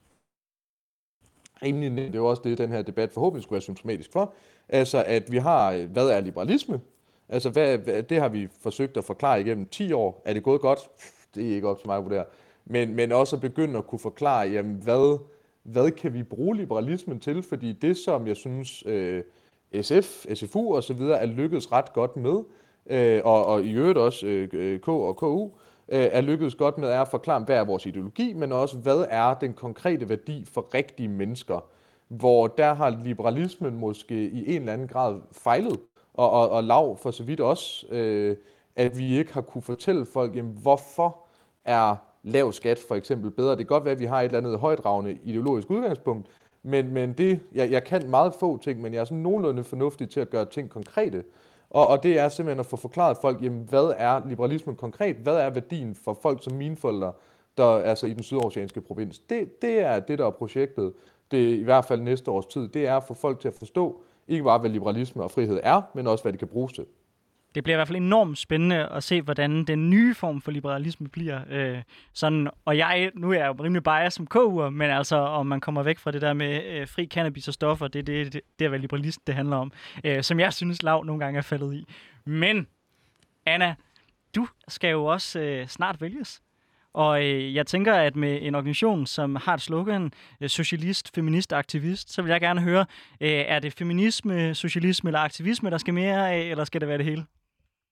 C: rimelig nemt. Det er jo også det, den her debat forhåbentlig skulle være symptomatisk for. Altså, at vi har, hvad er liberalisme? Altså, hvad, hvad, det har vi forsøgt at forklare igennem ti år. Er det gået godt? Det er ikke op til mig at vurdere. Men, men også at begynde at kunne forklare, jamen, hvad, hvad kan vi bruge liberalismen til? Fordi det, som jeg synes, øh, S F, S F U og så videre er lykkedes ret godt med, øh, og, og i øvrigt også øh, K og K U, øh, er lykkedes godt med, er at forklare, hvad er vores ideologi, men også, hvad er den konkrete værdi for rigtige mennesker? Hvor der har liberalismen måske i en eller anden grad fejlet. Og, og, og lav for så vidt også, øh, at vi ikke har kunne fortælle folk, jamen, hvorfor er lav skat for eksempel bedre. Det kan godt være, at vi har et eller andet højdragende ideologisk udgangspunkt, men, men det, jeg, jeg kan meget få ting, men jeg er sådan nogenlunde fornuftig til at gøre ting konkrete. Og, og det er simpelthen at få forklaret folk, jamen, hvad er liberalismen konkret? Hvad er værdien for folk som mine forældre, der altså i den sydoceanske provins? Det, det er det, der er projektet. Det er i hvert fald næste års tid. Det er at få folk til at forstå, ikke bare hvad liberalisme og frihed er, men også hvad det kan bruges til.
A: Det bliver i hvert fald enormt spændende at se, hvordan den nye form for liberalisme bliver. Øh, sådan, og jeg, nu er jeg jo rimelig biased som K U'er, men altså om man kommer væk fra det der med øh, fri cannabis og stoffer, det er det, det, det er hvad liberalisme det handler om, øh, som jeg synes Lav nogle gange er faldet i. Men Anna, du skal jo også øh, snart vælges. Og øh, jeg tænker, at med en organisation, som har et slogan, øh, socialist, feminist, aktivist, så vil jeg gerne høre, øh, er det feminisme, socialisme eller aktivisme, der skal mere af, eller skal det være det hele?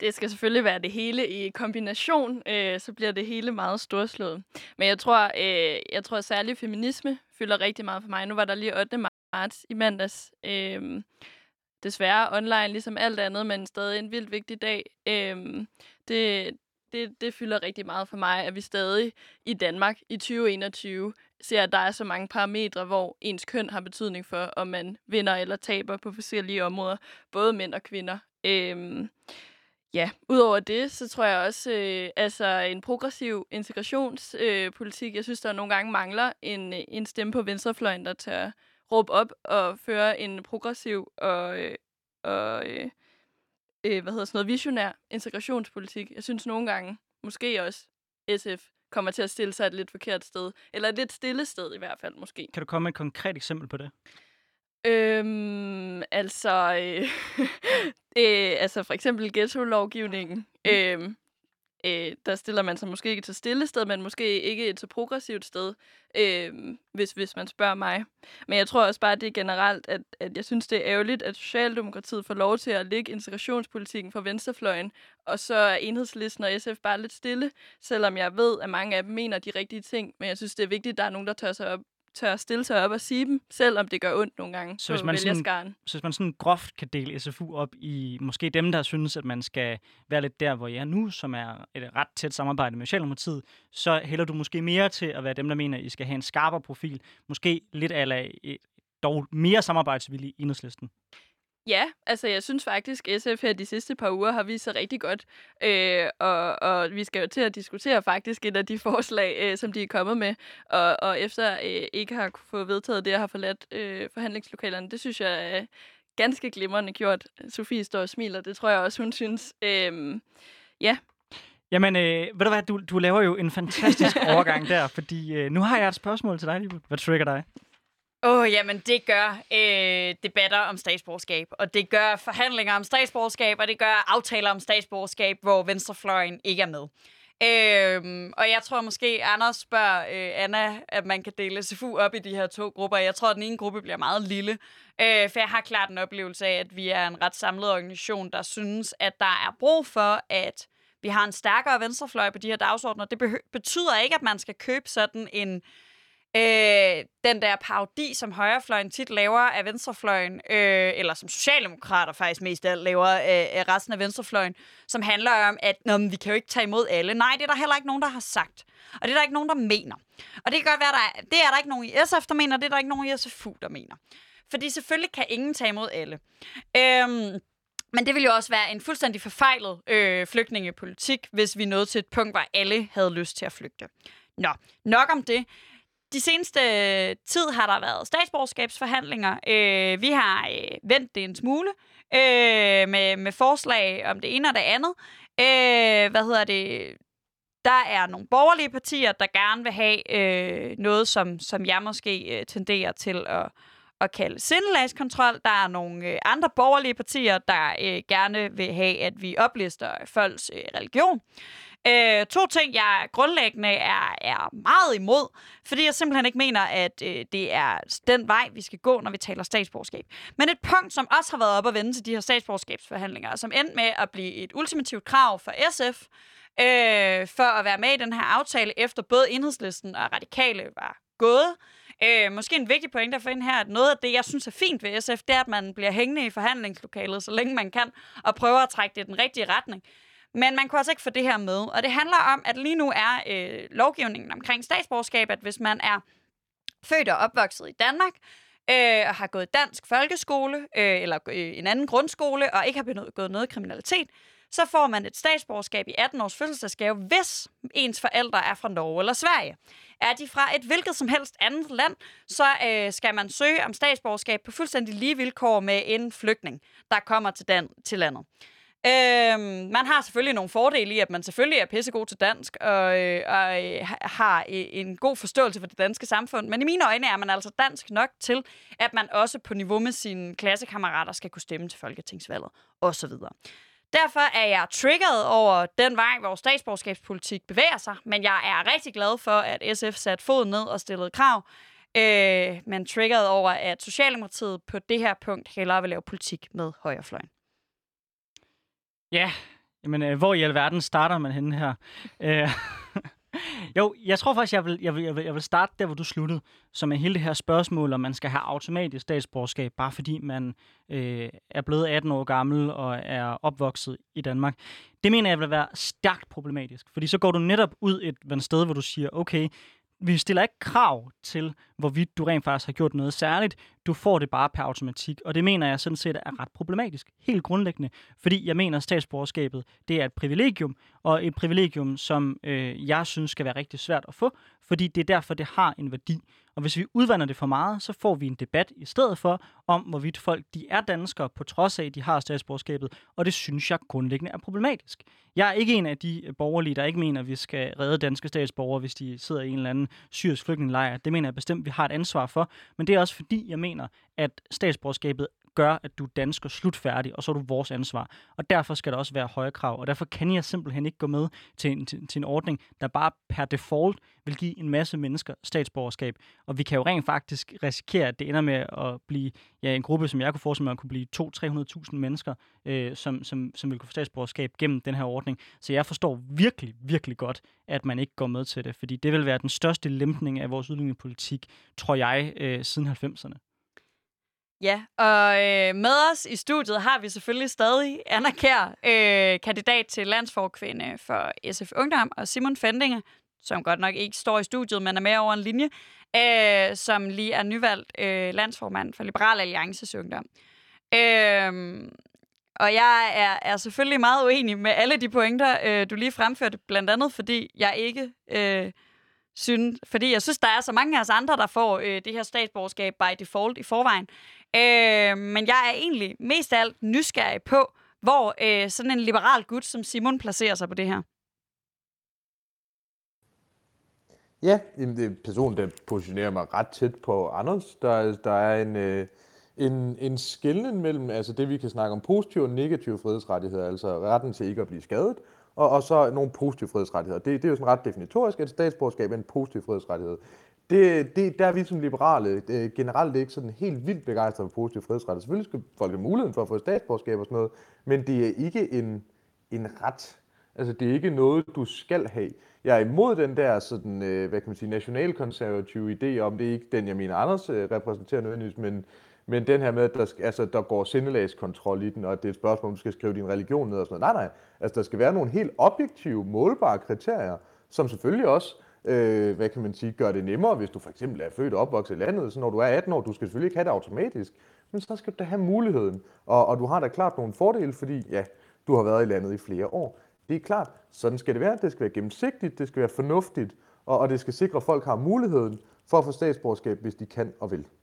D: det skal selvfølgelig være det hele i kombination, øh, så bliver det hele meget storslået. Men jeg tror, øh, jeg tror særligt feminisme fylder rigtig meget for mig. Nu var der lige ottende marts i mandags. Øh, desværre online, ligesom alt andet, men stadig en vildt vigtig dag. Øh, det, det, det fylder rigtig meget for mig, at vi stadig i Danmark i tyve enogtyve ser, at der er så mange parametre, hvor ens køn har betydning for, om man vinder eller taber på forskellige områder, både mænd og kvinder. Øhm, ja, udover det, så tror jeg også, øh, altså en progressiv integrationspolitik. Øh, jeg synes, der nogle gange mangler en, en stemme på venstrefløjen, der tør råbe op og føre en progressiv og, øh, og øh, øh, hvad hedder sådan noget, visionær integrationspolitik. Jeg synes nogle gange, måske også S F, kommer til at stille sig et lidt forkert sted. Eller et lidt stille sted i hvert fald, måske.
A: Kan du komme med et konkret eksempel på det?
D: Øhm, altså, øh, øh, altså for eksempel ghetto-lovgivningen. Øh, øh, der stiller man sig måske ikke til stille sted, men måske ikke et så progressivt sted, øh, hvis, hvis man spørger mig. Men jeg tror også bare, at det er generelt, at, at jeg synes, det er ærgerligt, at Socialdemokratiet får lov til at lægge integrationspolitikken fra venstrefløjen, og så er Enhedslisten og S F bare lidt stille, selvom jeg ved, at mange af dem mener de rigtige ting. Men jeg synes, det er vigtigt, at der er nogen, der tør sig op tør stille sig op og sige dem, selvom det gør ondt nogle gange.
A: Så hvis man, sådan, så hvis man sådan groft kan dele S F U op i måske dem, der synes, at man skal være lidt der, hvor jeg er nu, som er et ret tæt samarbejde med Socialdemokratiet, så hælder du måske mere til at være dem, der mener, at I skal have en skarpere profil. Måske lidt ala dog mere samarbejdsvillig i Enhedslisten.
D: Ja, altså jeg synes faktisk, at S F her de sidste par uger har vist sig rigtig godt. Øh, og, og vi skal jo til at diskutere faktisk et af de forslag, øh, som de er kommet med. Og, og efter øh, ikke har fået vedtaget det, og har forladt øh, forhandlingslokalerne, det synes jeg er ganske glimrende gjort. Sofie står og smiler, det tror jeg også, hun synes. Øh, ja.
A: Jamen, øh, ved du hvad, du, du laver jo en fantastisk overgang der, fordi øh, nu har jeg et spørgsmål til dig, Liebe. Hvad trigger dig?
B: Åh, oh, jamen det gør øh, debatter om statsborgerskab, og det gør forhandlinger om statsborgerskab, og det gør aftaler om statsborgerskab, hvor venstrefløjen ikke er med. Øh, og jeg tror måske, Anders spørger øh, Anna, at man kan dele S F U op i de her to grupper. Jeg tror, at den ene gruppe bliver meget lille, øh, for jeg har klart en oplevelse af, at vi er en ret samlet organisation, der synes, at der er brug for, at vi har en stærkere venstrefløj på de her dagsordner. Det be- betyder ikke, at man skal købe sådan en Øh, den der parodi, som højrefløjen tit laver af venstrefløjen, øh, eller som socialdemokrater faktisk mest af alt laver af, af resten af venstrefløjen, som handler om, at Nå, men vi kan jo ikke tage imod alle. Nej, det er der heller ikke nogen, der har sagt. Og det er der ikke nogen, der mener. Og det kan godt være, der er, det er der ikke nogen i S F, der mener, det er der ikke nogen i S F U, der mener. Fordi selvfølgelig kan ingen tage imod alle. Øhm, men det ville jo også være en fuldstændig forfejlet øh, flygtningepolitik, hvis vi nåede til et punkt, hvor alle havde lyst til at flygte. Nå, nok om det. De seneste tid har der været statsborgerskabsforhandlinger. Øh, vi har øh, vendt det en smule øh, med, med forslag om det ene og det andet. Øh, hvad hedder det? Der er nogle borgerlige partier, der gerne vil have øh, noget, som, som jeg måske øh, tenderer til at, at kalde sindelagskontrol. Der er nogle øh, andre borgerlige partier, der øh, gerne vil have, at vi oplister folks øh, religion. Øh, to ting, jeg grundlæggende er, er meget imod, fordi jeg simpelthen ikke mener, at øh, det er den vej, vi skal gå, når vi taler statsborgerskab. Men et punkt, som også har været op at vende til de her statsborgerskabsforhandlinger, som endte med at blive et ultimativt krav for S F, øh, for at være med i den her aftale, efter både Enhedslisten og Radikale var gået. Øh, måske en vigtig pointe at få ind her, at noget af det, jeg synes er fint ved S F, det er, at man bliver hængende i forhandlingslokalet, så længe man kan, og prøver at trække det i den rigtige retning. Men man kunne altså ikke få det her med. Og det handler om, at lige nu er øh, lovgivningen omkring statsborgerskab, at hvis man er født og opvokset i Danmark, øh, og har gået dansk folkeskole, øh, eller øh, en anden grundskole, og ikke har begået noget kriminalitet, så får man et statsborgerskab i atten års fødselsdagsgave, hvis ens forældre er fra Norge eller Sverige. Er de fra et hvilket som helst andet land, så øh, skal man søge om statsborgerskab på fuldstændig lige vilkår med en flygtning, der kommer til, dan- til landet. Øhm, man har selvfølgelig nogle fordele i, at man selvfølgelig er pissegod til dansk og, øh, og øh, har øh, en god forståelse for det danske samfund. Men i mine øjne er man altså dansk nok til, at man også på niveau med sine klassekammerater skal kunne stemme til folketingsvalget osv. Derfor er jeg triggeret over den vej, hvor statsborgerskabspolitik bevæger sig, men jeg er rigtig glad for, at S F satte foden ned og stillede krav, øh, men triggeret over, at Socialdemokratiet på det her punkt hellere vil lave politik med højrefløjen.
A: Ja, Jamen, øh, hvor i alverden starter man henne her? øh, jo, jeg tror faktisk, jeg vil, jeg, vil, jeg, vil, jeg vil starte der, hvor du sluttede, som er hele det her spørgsmål, om man skal have automatisk statsborgerskab, bare fordi man øh, er blevet atten år gammel og er opvokset i Danmark. Det mener jeg vil være stærkt problematisk, fordi så går du netop ud et, et sted, hvor du siger, okay, vi stiller ikke krav til, hvorvidt du rent faktisk har gjort noget særligt. Du får det bare per automatik, og det mener jeg sådan set er ret problematisk. Helt grundlæggende, fordi jeg mener, at statsborgerskabet, det er et privilegium, og et privilegium, som øh, jeg synes skal være rigtig svært at få, fordi det er derfor, det har en værdi. Og hvis vi udvander det for meget, så får vi en debat i stedet for, om hvorvidt folk de er danskere, på trods af, at de har statsborgerskabet, og det synes jeg grundlæggende er problematisk. Jeg er ikke en af de borgerlige, der ikke mener, at vi skal redde danske statsborgere, hvis de sidder i en eller anden syrisk flygtningelejr. Det mener jeg bestemt, vi har et ansvar for, men det er også fordi, jeg mener, at statsborgerskabet gør, at du er dansker slutfærdig, og så er du vores ansvar. Og derfor skal der også være høje krav, og derfor kan jeg simpelthen ikke gå med til en, til, til en ordning, der bare per default vil give en masse mennesker statsborgerskab. Og vi kan jo rent faktisk risikere, at det ender med at blive ja, en gruppe, som jeg kunne forestille mig, kunne blive to til tre hundrede tusind mennesker, øh, som, som, som vil kunne få statsborgerskab gennem den her ordning. Så jeg forstår virkelig, virkelig godt, at man ikke går med til det, fordi det vil være den største lempning af vores udlændingepolitik, tror jeg, øh, siden halvfemserne.
B: Ja, og øh, med os i studiet har vi selvfølgelig stadig Anna Kjær, øh, kandidat til landsforkvinde for S F Ungdom, og Simon Fendinge, som godt nok ikke står i studiet, men er med over en linje, øh, som lige er nyvalgt øh, landsformand for Liberal Alliances Ungdom. Øh, og jeg er, er selvfølgelig meget uenig med alle de pointer, øh, du lige fremførte, blandt andet fordi jeg ikke... Øh, Synes, fordi jeg synes, der er så mange af os andre, der får øh, det her statsborgerskab by default i forvejen. Øh, men jeg er egentlig mest af alt nysgerrig på, hvor øh, sådan en liberal gut som Simon placerer sig på det her.
C: Ja, det er en person, der positionerer mig ret tæt på Anders. Der, der er en, øh, en, en skelnen mellem altså det, vi kan snakke om positive og negative frihedsrettigheder, altså retten til ikke at blive skadet, Og, og så nogle positive frihedsrettigheder. Det, det er jo sådan ret definitorisk, at statsborgerskab er en positiv frihedsrettighed. Det, det, der er vi som liberale det, generelt ikke sådan helt vildt begejstrede for positive frihedsrettigheder. Selvfølgelig skal folk have muligheden for at få statsborgerskab og sådan noget, men det er ikke en, en ret. Altså det er ikke noget, du skal have. Jeg er imod den der sådan, hvad kan man sige, nationalkonservative idé om, det er ikke den, jeg mener, Anders repræsenterer nødvendigvis, men Men den her med, at der, altså, der går sindelagskontrol i den, og at det er et spørgsmål, om du skal skrive din religion ned og sådan noget. Nej, nej. Altså, der skal være nogle helt objektive, målbare kriterier, som selvfølgelig også, øh, hvad kan man sige, gør det nemmere, hvis du for eksempel er født og opvokset i landet. Så når du er atten år, du skal selvfølgelig ikke have det automatisk, men så skal du da have muligheden. Og, og du har da klart nogle fordele, fordi ja, du har været i landet i flere år. Det er klart, sådan skal det være. Det skal være gennemsigtigt, det skal være fornuftigt, og, og det skal sikre, at folk har muligheden for at få statsborgerskab, hvis de kan og vil.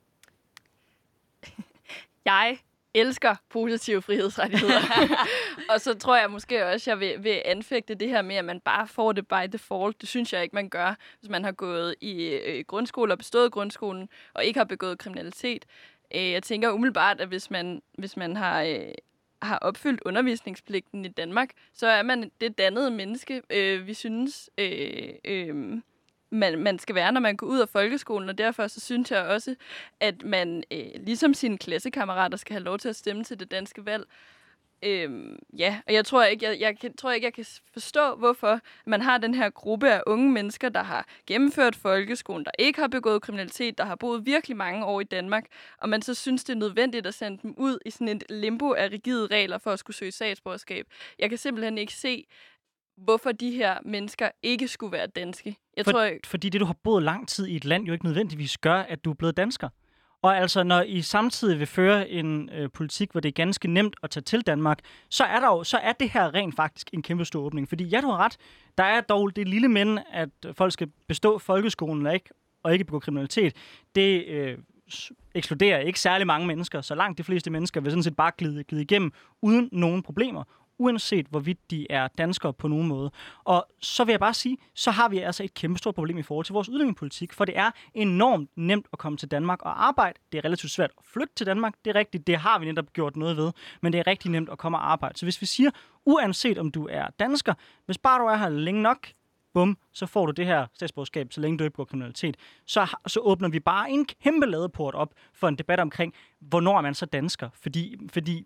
D: Jeg elsker positive frihedsrettigheder. Og så tror jeg måske også, jeg vil, vil anfægte det her med, at man bare får det by default. Det synes jeg ikke, man gør, hvis man har gået i øh, grundskole og bestået grundskolen, og ikke har begået kriminalitet. Øh, jeg tænker umiddelbart, at hvis man, hvis man har... Øh, har opfyldt undervisningspligten i Danmark, så er man det dannede menneske, øh, vi synes, øh, øh, man, man skal være, når man går ud af folkeskolen, og derfor så synes jeg også, at man, øh, ligesom sine klassekammerater, skal have lov til at stemme til det danske valg. Øhm, ja, og jeg tror ikke, jeg, jeg, jeg tror ikke, jeg kan forstå, hvorfor man har den her gruppe af unge mennesker, der har gennemført folkeskolen, der ikke har begået kriminalitet, der har boet virkelig mange år i Danmark, og man så synes, det er nødvendigt at sende dem ud i sådan et limbo af rigide regler for at skulle søge statsborgerskab. Jeg kan simpelthen ikke se, hvorfor de her mennesker ikke skulle være danske. Jeg
A: For,
D: tror ikke...
A: Fordi det, du har boet lang tid i et land, jo ikke nødvendigvis gør, at du er blevet dansker. Og altså, når I samtidig vil føre en øh, politik, hvor det er ganske nemt at tage til Danmark, så er, der jo, så er det her rent faktisk en kæmpe stor åbning. Fordi ja, du har ret, der er dog det lille men, at folk skal bestå folkeskolen og ikke, og ikke begå kriminalitet. Det øh, ekskluderer ikke særlig mange mennesker, så langt de fleste mennesker vil sådan set bare glide, glide igennem uden nogen problemer, uanset hvorvidt de er danskere på nogen måde. Og så vil jeg bare sige, så har vi altså et kæmpe stort problem i forhold til vores udlændingepolitik, for det er enormt nemt at komme til Danmark og arbejde. Det er relativt svært at flytte til Danmark. Det er rigtigt, det har vi netop gjort noget ved, men det er rigtig nemt at komme og arbejde. Så hvis vi siger, uanset om du er dansker, hvis bare du er her længe nok, bum, så får du det her statsborgerskab, så længe du ikke begår kriminalitet, så, så åbner vi bare en kæmpe ladeport op for en debat omkring, hvornår er man så dansker, fordi, fordi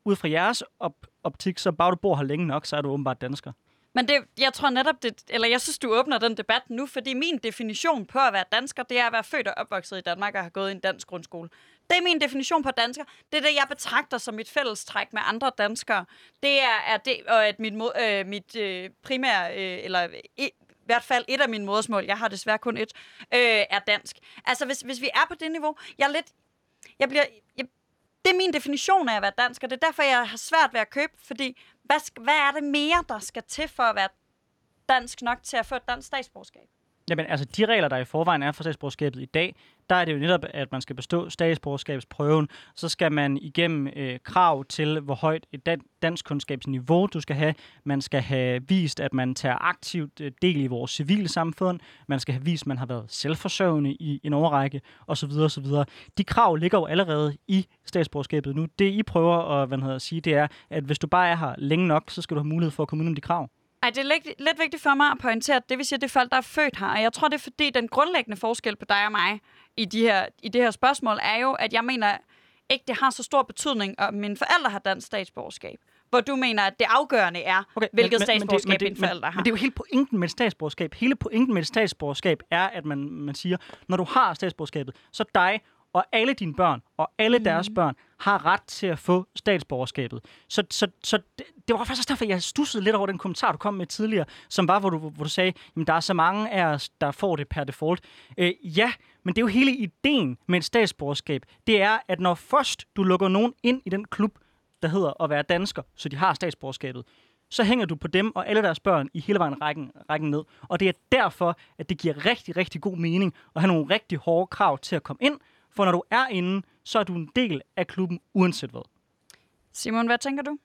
A: ud fra jeres op- optik, så bare du bor her længe nok, så er du åbenbart dansker.
B: Men det, jeg tror netop, det, eller jeg synes, du åbner den debat nu, fordi min definition på at være dansker, det er at være født og opvokset i Danmark og have gået i en dansk grundskole. Det er min definition på dansker. Det er det, jeg betragter som mit fællestræk med andre danskere. Det er, er det, og at mit, øh, mit øh, primære, øh, eller i, i hvert fald et af mine modersmål, jeg har desværre kun et, øh, er dansk. Altså, hvis, hvis vi er på det niveau, jeg er lidt, jeg bliver, jeg, det er min definition af at være dansker. Det er derfor, jeg har svært ved at købe, fordi hvad, hvad er det mere, der skal til for at være dansk nok til at få et dansk statsborgerskab?
A: Jamen, altså, de regler, der i forvejen er for statsborgerskabet i dag, der er det jo netop, at man skal bestå statsborgerskabsprøven. Så skal man igennem øh, krav til, hvor højt et dan- danskkundskabsniveau du skal have. Man skal have vist, at man tager aktivt øh, del i vores civilsamfund. Man skal have vist, at man har været selvforsørgende i en årrække, osv. osv. De krav ligger jo allerede i statsborgerskabet nu. Det, I prøver at, hvad hedder, at sige, det er, at hvis du bare er her længe nok, så skal du have mulighed for at komme ud om de krav.
B: Ej, det er lidt, lidt vigtigt for mig at pointere, at det vil sige, at det er folk, der er født her. Og jeg tror, det er fordi, den grundlæggende forskel på dig og mig i, de her, i det her spørgsmål er jo, at jeg mener ikke, det har så stor betydning, om mine forældre har dansk statsborgerskab. Hvor du mener, at det afgørende er, okay, hvilket men, statsborgerskab men det, men det, mine forældre
A: men,
B: har.
A: Men det er jo hele pointen med et statsborgerskab. Hele pointen med et statsborgerskab er, at man, man siger, når du har statsborgerskabet, så dig og alle dine børn og alle deres mm. børn har ret til at få statsborgerskabet. Så, så, så det, det var faktisk derfor, jeg stussede lidt over den kommentar, du kom med tidligere, som var, hvor du, hvor du sagde, at der er så mange af os, der får det per default. Øh, ja, men det er jo hele ideen med et statsborgerskab. Det er, at når først du lukker nogen ind i den klub, der hedder at være dansker, så de har statsborgerskabet, så hænger du på dem og alle deres børn i hele vejen rækken, rækken ned. Og det er derfor, at det giver rigtig, rigtig god mening at have nogle rigtig hårde krav til at komme ind, for når du er inde, så er du en del af klubben, uanset hvad.
B: Simon, hvad tænker du?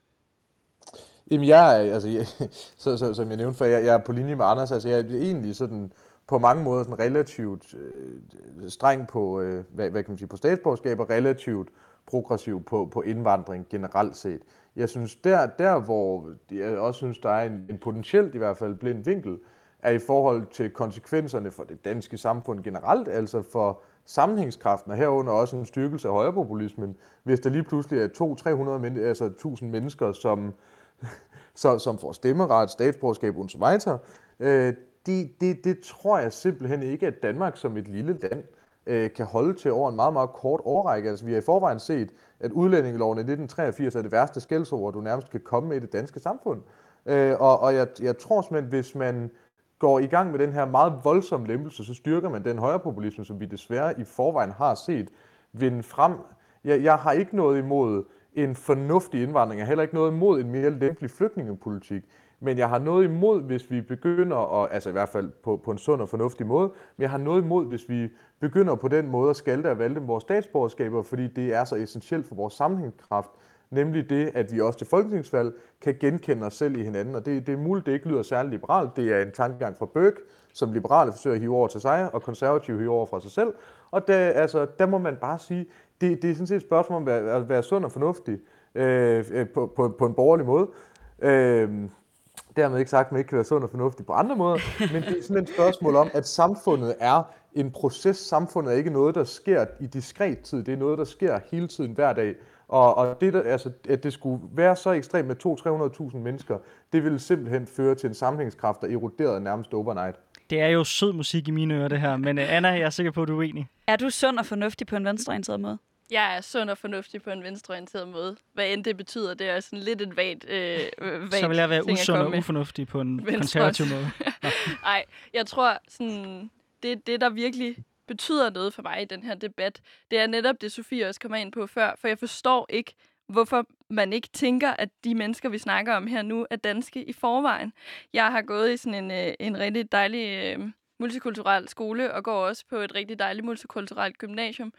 C: Jamen, jeg er, altså, jeg, så, så, som jeg nævnte før, jeg, jeg er på linje med Anders. Altså, jeg er egentlig sådan, på mange måder sådan relativt øh, streng på, øh, hvad, hvad kan man sige, på statsborgerskab, og relativt progressiv på, på indvandring generelt set. Jeg synes, der, der hvor jeg også synes, der er en, en potentielt i hvert fald blind vinkel, er i forhold til konsekvenserne for det danske samfund generelt, altså for sammenhængskraften, og herunder også en styrkelse af højrepopulismen, hvis der lige pludselig er to til tre hundrede men, altså tusind mennesker, som, så, som får stemmeret, statsborgerskab und so weiter. Øh, det, det, det tror jeg simpelthen ikke, at Danmark som et lille land øh, kan holde til over en meget, meget kort årrække. Altså, vi har i forvejen set, at udlændingeloven i nitten treogfirs er det værste skældsord, du nærmest kan komme med i det danske samfund. Øh, og og jeg, jeg tror simpelthen, hvis man går i gang med den her meget voldsomme lempelse, så styrker man den højrepopulisme, som vi desværre i forvejen har set vinde frem. Jeg, jeg har ikke noget imod en fornuftig indvandring, jeg har heller ikke noget imod en mere lempelig flygtningepolitik, men jeg har noget imod, hvis vi begynder, at, altså i hvert fald på, på en sund og fornuftig måde, men jeg har noget imod, hvis vi begynder på den måde at skalte og valte vores statsborgerskaber, fordi det er så essentielt for vores sammenhængskraft, nemlig det, at vi også til folketingsvalg kan genkende os selv i hinanden. Og det, det er muligt, det ikke lyder særlig liberalt. Det er en tankegang fra Bøck, som liberale forsøger at hive over til sig, og konservative hive over fra sig selv. Og der, altså, der må man bare sige, det, det er sådan set et spørgsmål om at være, at være sund og fornuftig øh, på, på, på en borgerlig måde. Øh, dermed ikke sagt, at man ikke kan være sund og fornuftig på andre måder, men det er sådan et spørgsmål om, at samfundet er en proces. Samfundet er ikke noget, der sker i diskret tid. Det er noget, der sker hele tiden, hver dag. Og, og det, der, altså, at det skulle være så ekstremt med to til tre hundrede tusind mennesker, det ville simpelthen føre til en sammenhængskraft, der eroderede nærmest overnight.
A: Det er jo sød musik i mine ører, det her. Men uh, Anna, jeg er sikker på, at du er uenig.
B: Er du sund og fornuftig på en venstreorienteret måde?
D: Jeg er sund og fornuftig på en venstreorienteret måde. Hvad end det betyder, det er sådan lidt et vagt, øh, vagt
A: så vil jeg være usund og ufornuftig på en venstre. Konservativ måde.
D: Nej, jeg tror, sådan, det, det der virkelig betyder noget for mig i den her debat, det er netop det, Sofie også kommer ind på før, for jeg forstår ikke, hvorfor man ikke tænker, at de mennesker, vi snakker om her nu, er danske i forvejen. Jeg har gået i sådan en, en rigtig dejlig øh, multikulturel skole, og går også på et rigtig dejligt multikulturelt gymnasium.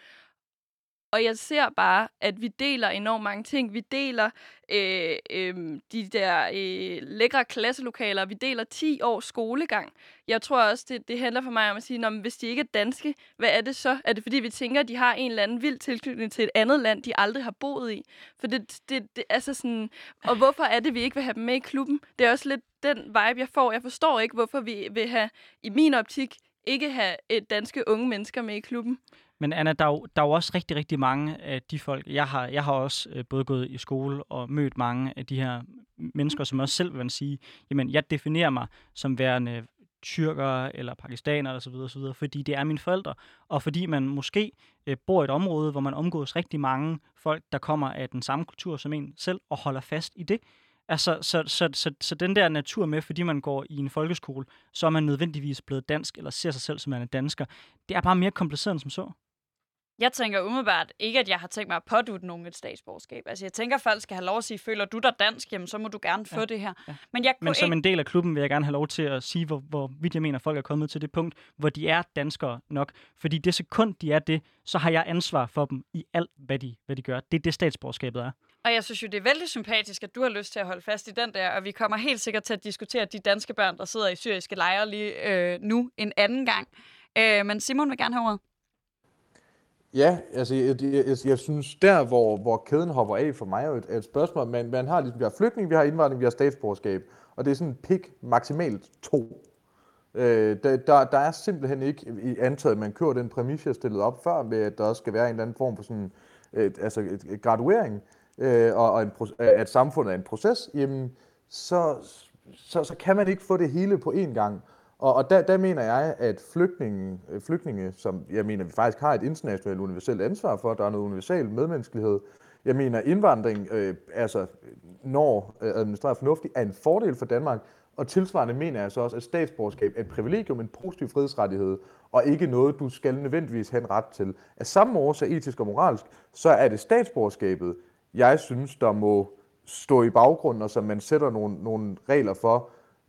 D: Og jeg ser bare, at vi deler enormt mange ting. Vi deler øh, øh, de der øh, lækre klasselokaler. Vi deler ti års skolegang. Jeg tror også, det, det handler for mig om at sige, at hvis de ikke er danske, hvad er det så? Er det fordi, vi tænker, at de har en eller anden vild tilknytning til et andet land, de aldrig har boet i? For det, det, det altså sådan, og hvorfor er det, vi ikke vil have dem med i klubben? Det er også lidt den vibe, jeg får. Jeg forstår ikke, hvorfor vi vil have, i min optik, ikke have et danske unge mennesker med i klubben.
A: Men Anna, der er, jo, der er jo også rigtig, rigtig mange af de folk, jeg har, jeg har også øh, både gået i skole og mødt mange af de her mennesker, som også selv vil sige, jamen jeg definerer mig som værende tyrkere eller pakistanere osv., osv., fordi det er mine forældre, og fordi man måske øh, bor i et område, hvor man omgås rigtig mange folk, der kommer af den samme kultur som en selv, og holder fast i det. Altså, så, så, så, så den der natur med, fordi man går i en folkeskole, så er man nødvendigvis blevet dansk, eller ser sig selv som man er dansker, det er bare mere kompliceret end som så.
B: Jeg tænker umiddelbart ikke, at jeg har tænkt mig at pådutte nogen et statsborgerskab. Altså, jeg tænker, at folk skal have lov at sige, føler du dig dansk, jamen, så må du gerne få ja, det her.
A: Ja.
B: Men, jeg
A: Men som
B: ikke...
A: en del af klubben vil jeg gerne have lov til at sige, hvor, hvor vidt jeg mener, at folk er kommet til det punkt, hvor de er danskere nok. Fordi det sekund, de er det, så har jeg ansvar for dem i alt, hvad de, hvad de gør. Det er det, statsborgerskabet er.
B: Og jeg synes jo, det er vældig sympatisk, at du har lyst til at holde fast i den der, og vi kommer helt sikkert til at diskutere de danske børn, der sidder i syriske lejre lige øh, nu en anden gang. Øh, men Simon vil gerne have ordet.
C: Ja, altså jeg, jeg, jeg, jeg synes, der hvor, hvor kæden hopper af for mig, er et, et spørgsmål, man, man har ligesom, vi har flygtning, vi har indvandring, vi har statsborgerskab, og det er sådan en pik maksimalt to. Øh, der, der, der er simpelthen ikke i antaget, at man kører den præmis, jeg stillede op før, med at der også skal være en eller anden form for sådan, et, altså et, et graduering, øh, og, og en, at samfundet er en proces, jamen så, så, så kan man ikke få det hele på én gang. Og, og der, der mener jeg, at flygtninge, flygtninge, som jeg mener, vi faktisk har et internationalt universelt ansvar for, der er noget universal medmenneskelighed. Jeg mener, indvandring, øh, altså når øh, administreret fornuftigt, er en fordel for Danmark. Og tilsvarende mener jeg så også, at statsborgerskab er et privilegium, en positiv frihedsrettighed, og ikke noget, du skal nødvendigvis have en ret til. Af samme årsag, etisk og moralsk, så er det statsborgerskabet, jeg synes, der må stå i baggrunden, og som man sætter nogle, nogle regler for,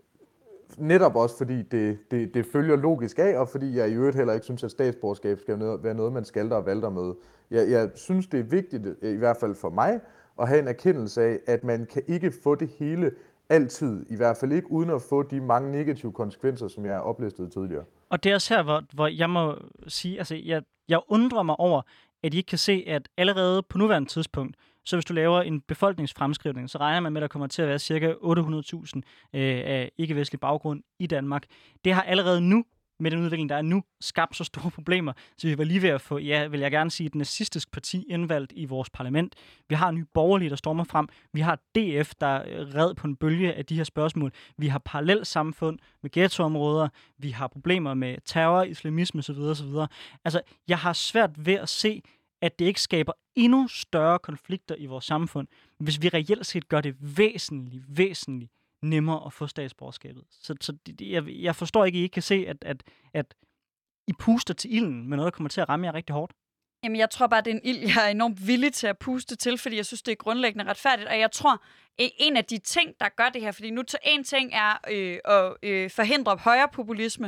C: netop også fordi det, det, det følger logisk af, og fordi jeg i øvrigt heller ikke synes, at statsborgerskab skal være noget, man skalter og valter med. Jeg, jeg synes, det er vigtigt, i hvert fald for mig, at have en erkendelse af, at man kan ikke få det hele altid, i hvert fald ikke uden at få de mange negative konsekvenser, som jeg har oplistet tidligere.
A: Og det er også her, hvor, hvor jeg må sige, altså jeg, jeg undrer mig over, at I ikke kan se, at allerede på nuværende tidspunkt, så hvis du laver en befolkningsfremskrivning, så regner man med, at der kommer til at være ca. otte hundrede tusind øh, af ikke-vestlig baggrund i Danmark. Det har allerede nu, med den udvikling, der er nu, skabt så store problemer, så vi var lige ved at få, ja, vil jeg gerne sige, et nazistisk parti indvalgt i vores parlament. Vi har Nye Borgerlige, der stormer frem. Vi har D F, der er red på en bølge af de her spørgsmål. Vi har parallelsamfund med ghettoområder. Vi har problemer med terror, islamisme osv. osv. Altså, jeg har svært ved at se, at det ikke skaber endnu større konflikter i vores samfund, hvis vi reelt set gør det væsentligt, væsentligt nemmere at få statsborgerskabet. Så, så jeg, jeg forstår ikke, at I ikke kan se, at, at, at I puster til ilden med noget, der kommer til at ramme jer rigtig hårdt. Jamen,
B: jeg tror bare, det er en ild, jeg er enormt villig til at puste til, fordi jeg synes, det er grundlæggende retfærdigt. Og jeg tror, en af de ting, der gør det her, fordi nu en ting er øh, at øh, forhindre højrepopulisme.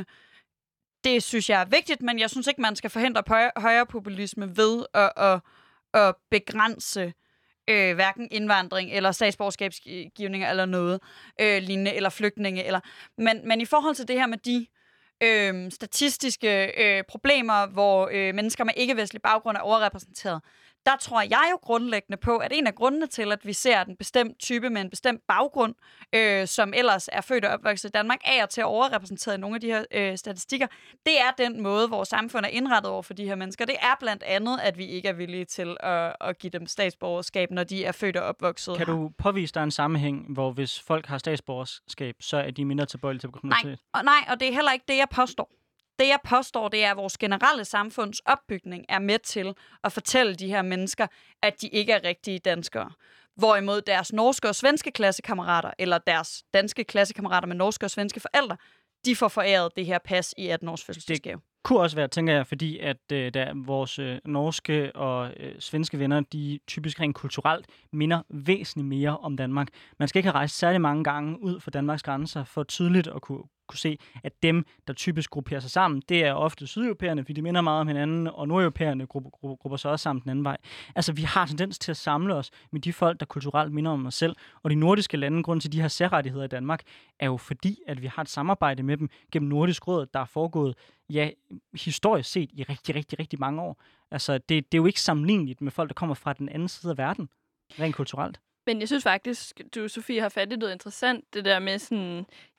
B: Det synes jeg er vigtigt, men jeg synes ikke, man skal forhindre højrepopulisme ved at, at, at begrænse øh, hverken indvandring eller statsborgerskabsgivning eller noget øh, lignende, eller flygtninge. Eller, men, men i forhold til det her med de øh, statistiske øh, problemer, hvor øh, mennesker med ikke-vestlig baggrund er overrepræsenteret, der tror jeg jo grundlæggende på, at en af grundene til, at vi ser en bestemt type med en bestemt baggrund, øh, som ellers er født og opvokset i Danmark, af og til overrepræsenteret i nogle af de her øh, statistikker, det er den måde, hvor samfundet er indrettet over for de her mennesker. Det er blandt andet, at vi ikke er villige til at, at give dem statsborgerskab, når de er født og opvokset
A: Kan
B: her.
A: du påvise dig en sammenhæng, hvor hvis folk har statsborgerskab, så er de mindre tilbøjelige til at komme til?
B: Nej, og nej, og det er heller ikke det, jeg påstår. Det, jeg påstår, det er, at vores generelle samfunds opbygning er med til at fortælle de her mennesker, at de ikke er rigtige danskere. Hvorimod deres norske og svenske klassekammerater, eller deres danske klassekammerater med norske og svenske forældre, de får foræret det her pas i atten års fødselsdagsgave.
A: Det kunne også være, tænker jeg, fordi at øh, der vores øh, norske og øh, svenske venner, de typisk rent kulturelt minder væsentligt mere om Danmark. Man skal ikke have rejst særlig mange gange ud for Danmarks grænser for tydeligt at kunne kunne se, at dem, der typisk grupperer sig sammen, det er ofte sydeuropæerne, fordi de minder meget om hinanden, og nordeuropæerne grupper, grupper, grupper sig også sammen den anden vej. Altså, vi har tendens til at samle os med de folk, der kulturelt minder om os selv, og de nordiske lande, grund til de her særrettigheder i Danmark, er jo fordi, at vi har et samarbejde med dem gennem Nordisk Råd, der er foregået, ja, historisk set i rigtig, rigtig, rigtig mange år. Altså, det, det er jo ikke sammenligneligt med folk, der kommer fra den anden side af verden, rent kulturelt.
D: Men jeg synes faktisk, du, Sofie, har fat i noget interessant, det der med sådan,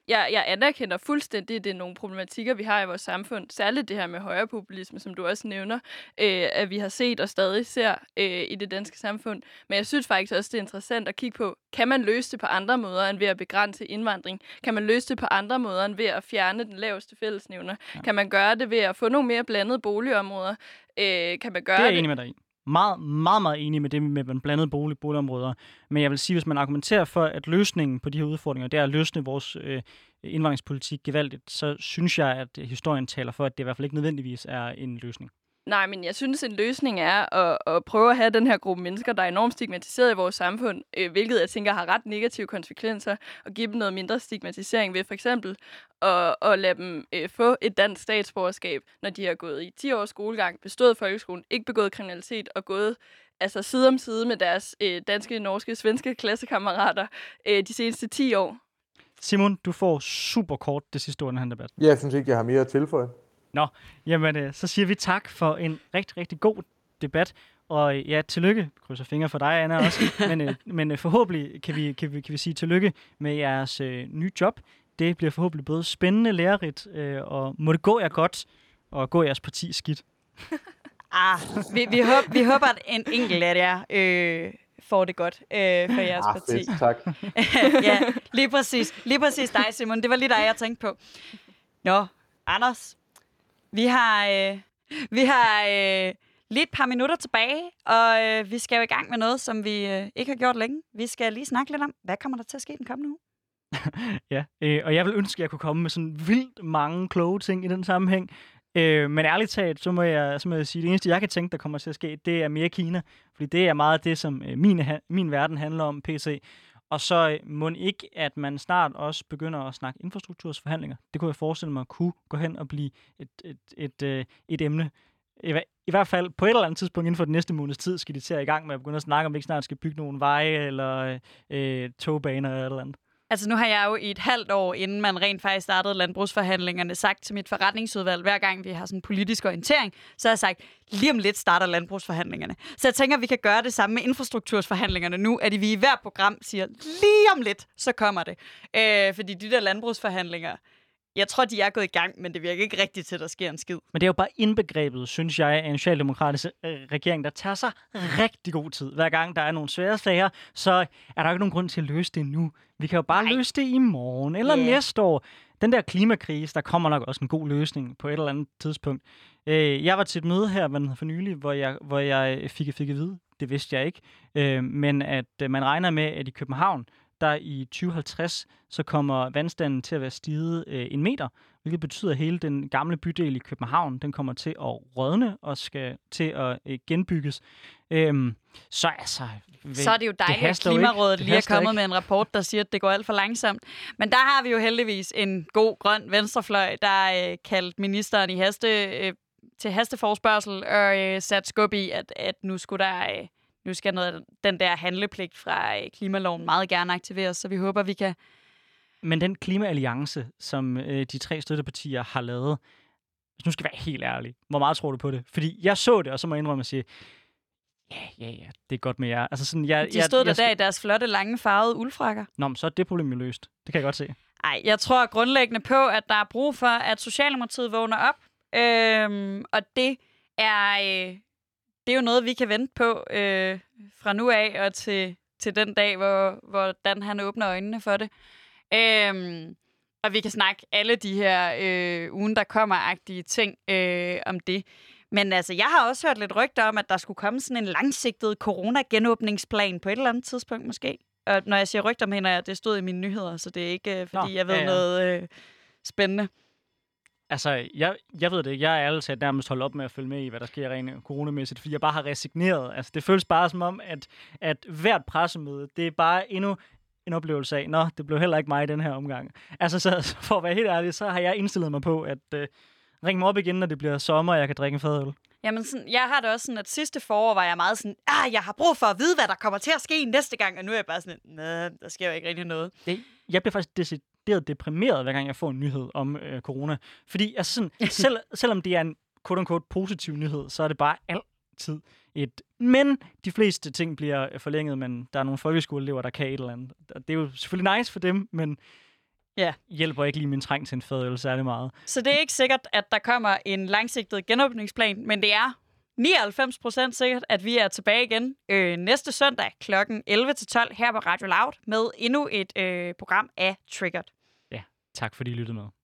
D: jeg, jeg anerkender fuldstændig, at det er nogle problematikker, vi har i vores samfund. Særligt det her med højrepopulisme, som du også nævner, øh, at vi har set og stadig ser øh, i det danske samfund. Men jeg synes faktisk også, det er interessant at kigge på, kan man løse det på andre måder end ved at begrænse indvandring? Kan man løse det på andre måder end ved at fjerne den laveste fællesnævner? Ja. Kan man gøre det ved at få nogle mere blandede boligområder? Øh, kan man gøre
A: det er jeg
D: det?
A: enig med dig i. Meget, meget, meget enig med det med blandede bolig, boligområder. Men jeg vil sige, hvis man argumenterer for, at løsningen på de her udfordringer, det er at løsne vores øh, indvandringspolitik gevaldigt, så synes jeg, at historien taler for, at det i hvert fald ikke nødvendigvis er en løsning.
D: Nej, men jeg synes, en løsning er at, at prøve at have den her gruppe mennesker, der er enormt stigmatiseret i vores samfund, øh, hvilket jeg tænker har ret negative konsekvenser, og give dem noget mindre stigmatisering ved for eksempel at, at lade dem øh, få et dansk statsborgerskab, når de har gået i ti års skolegang, bestået folkeskolen, ikke begået kriminalitet og gået altså side om side med deres øh, danske, norske, svenske klassekammerater øh, de seneste ti år.
A: Simon, du får super kort det sidste ord i den her debat.
C: Jeg synes ikke, jeg har mere at tilføje.
A: Nå, jamen øh, så siger vi tak for en rigtig, rigtig god debat. Og ja, tillykke, krydser fingre for dig, Anna, også. men øh, men øh, forhåbentlig kan vi, kan, vi, kan vi sige tillykke med jeres øh, nye job. Det bliver forhåbentlig både spændende, lærerigt, øh, og må det gå jer godt, og gå jeres parti skidt.
B: ah, vi, vi, håber, vi håber, at en enkelt af jer øh, får det godt øh, for jeres
C: ah,
B: parti.
C: Fedt, tak.
B: Ja, lige præcis. Lige præcis dig, Simon. Det var lige dig, jeg tænkte på. Nå, Anders. Vi har, øh, vi har øh, lige et par minutter tilbage, og øh, vi skal jo i gang med noget, som vi øh, ikke har gjort længe. Vi skal lige snakke lidt om, hvad kommer der til at ske den kommende uge?
A: ja, øh, og jeg vil ønske, at jeg kunne komme med sådan vildt mange kloge ting i den sammenhæng. Øh, men ærligt talt, så må, jeg, så må jeg sige, at det eneste, jeg kan tænke, der kommer til at ske, det er mere Kina. Fordi det er meget det, som øh, min, min verden handler om, P C. Og så må ikke, at man snart også begynder at snakke infrastruktursforhandlinger. Det kunne jeg forestille mig kunne gå hen og blive et, et, et, et, et emne. I, I hvert fald på et eller andet tidspunkt inden for den næste måneds tid skal de til at i gang med at begynde at snakke om, at vi ikke snart skal bygge nogle veje eller øh, togbaner eller et eller andet.
B: Altså nu har jeg jo i et halvt år, inden man rent faktisk startede landbrugsforhandlingerne, sagt til mit forretningsudvalg, hver gang vi har sådan en politisk orientering, så har jeg sagt, lige om lidt starter landbrugsforhandlingerne. Så jeg tænker, at vi kan gøre det samme med infrastruktursforhandlingerne nu, at vi i hver program siger, lige om lidt, så kommer det. Øh, fordi de der landbrugsforhandlinger, jeg tror, de er gået i gang, men det virker ikke rigtigt til, at der sker en skid. Men
A: det er jo bare indbegrebet, synes jeg, af en socialdemokratisk regering, der tager sig rigtig god tid. Hver gang der er nogle svære sager, så er der ikke nogen grund til at løse det nu. Vi kan jo bare Nej. løse det i morgen eller yeah. næste år. Den der klimakrise, der kommer nok også en god løsning på et eller andet tidspunkt. Jeg var til et møde her for nylig, hvor jeg, hvor jeg fik, fik at vide, det vidste jeg ikke, men at man regner med, at i København, der i tyve halvtreds, så kommer vandstanden til at være stiget øh, en meter, hvilket betyder, at hele den gamle bydel i København, den kommer til at rådne og skal til at øh, genbygges. Øhm, så altså...
B: Så er det jo dejligt, at Klimarådet lige er kommet ikke. med en rapport, der siger, at det går alt for langsomt. Men der har vi jo heldigvis en god grøn venstrefløj, der øh, kaldt ministeren i haste, øh, til hasteforspørgsel og øh, sat skub i, at, at nu skulle der... Øh, Nu skal noget, den der handlepligt fra klimaloven meget gerne aktiveres, så vi håber, vi kan...
A: Men den klimaalliance, som øh, de tre støttepartier har lavet, hvis nu skal jeg være helt ærlig, hvor meget tror du på det? Fordi jeg så det, og så må jeg indrømme at sige, ja, ja, ja, det er godt med jer. Altså sådan, jeg,
B: de stod
A: jeg,
B: der
A: jeg,
B: der i deres flotte, lange, farvede uldfrakker.
A: Nå, men så er det problem jo løst. Det kan jeg godt se.
B: Nej, jeg tror grundlæggende på, at der er brug for, at Socialdemokratiet vågner op, øhm, og det er... Øh, Det er jo noget, vi kan vente på øh, fra nu af og til, til den dag, hvor, hvor Dan han åbner øjnene for det. Øhm, og vi kan snakke alle de her øh, ugen, der kommer-agtige ting øh, om det. Men altså, jeg har også hørt lidt rygter om, at der skulle komme sådan en langsigtet corona-genåbningsplan på et eller andet tidspunkt måske. Og når jeg siger rygter, mener jeg, at det stod i mine nyheder, så det er ikke, øh, fordi Nå, jeg ved ja, ja. noget øh, spændende.
A: Altså, jeg, jeg ved det. Jeg er ærligt talt nærmest holdt op med at følge med i, hvad der sker rent coronamæssigt, fordi jeg bare har resigneret. Altså, det føles bare som om, at, at hvert pressemøde, det er bare endnu en oplevelse af, nå, det blev heller ikke mig i den her omgang. Altså, så for at være helt ærlig, så har jeg indstillet mig på, at uh, ringe mig op igen, når det bliver sommer, og jeg kan drikke en fadøl.
B: Jamen, sådan, jeg har det også sådan, at sidste forår var jeg meget sådan, ah, jeg har brug for at vide, hvad der kommer til at ske næste gang, og nu er jeg bare sådan, nej, der sker jo ikke rigtig noget.
A: Det, jeg bliver faktisk decideret deprimeret, hver gang jeg får en nyhed om øh, corona. Fordi altså sådan, selv, selvom det er en quote-unquote positiv nyhed, så er det bare altid et... Men de fleste ting bliver forlænget, men der er nogle folkeskoleelever, der kan et eller andet. Det er jo selvfølgelig nice for dem, men ja. hjælper ikke lige min træng til en fadøl særlig meget.
B: Så det er ikke sikkert, at der kommer en langsigtet genåbningsplan, men det er nioghalvfems procent sikkert, at vi er tilbage igen øh, næste søndag klokken elleve til tolv her på Radio Loud med endnu et øh, program af Triggered.
A: Ja, tak fordi I lyttede med.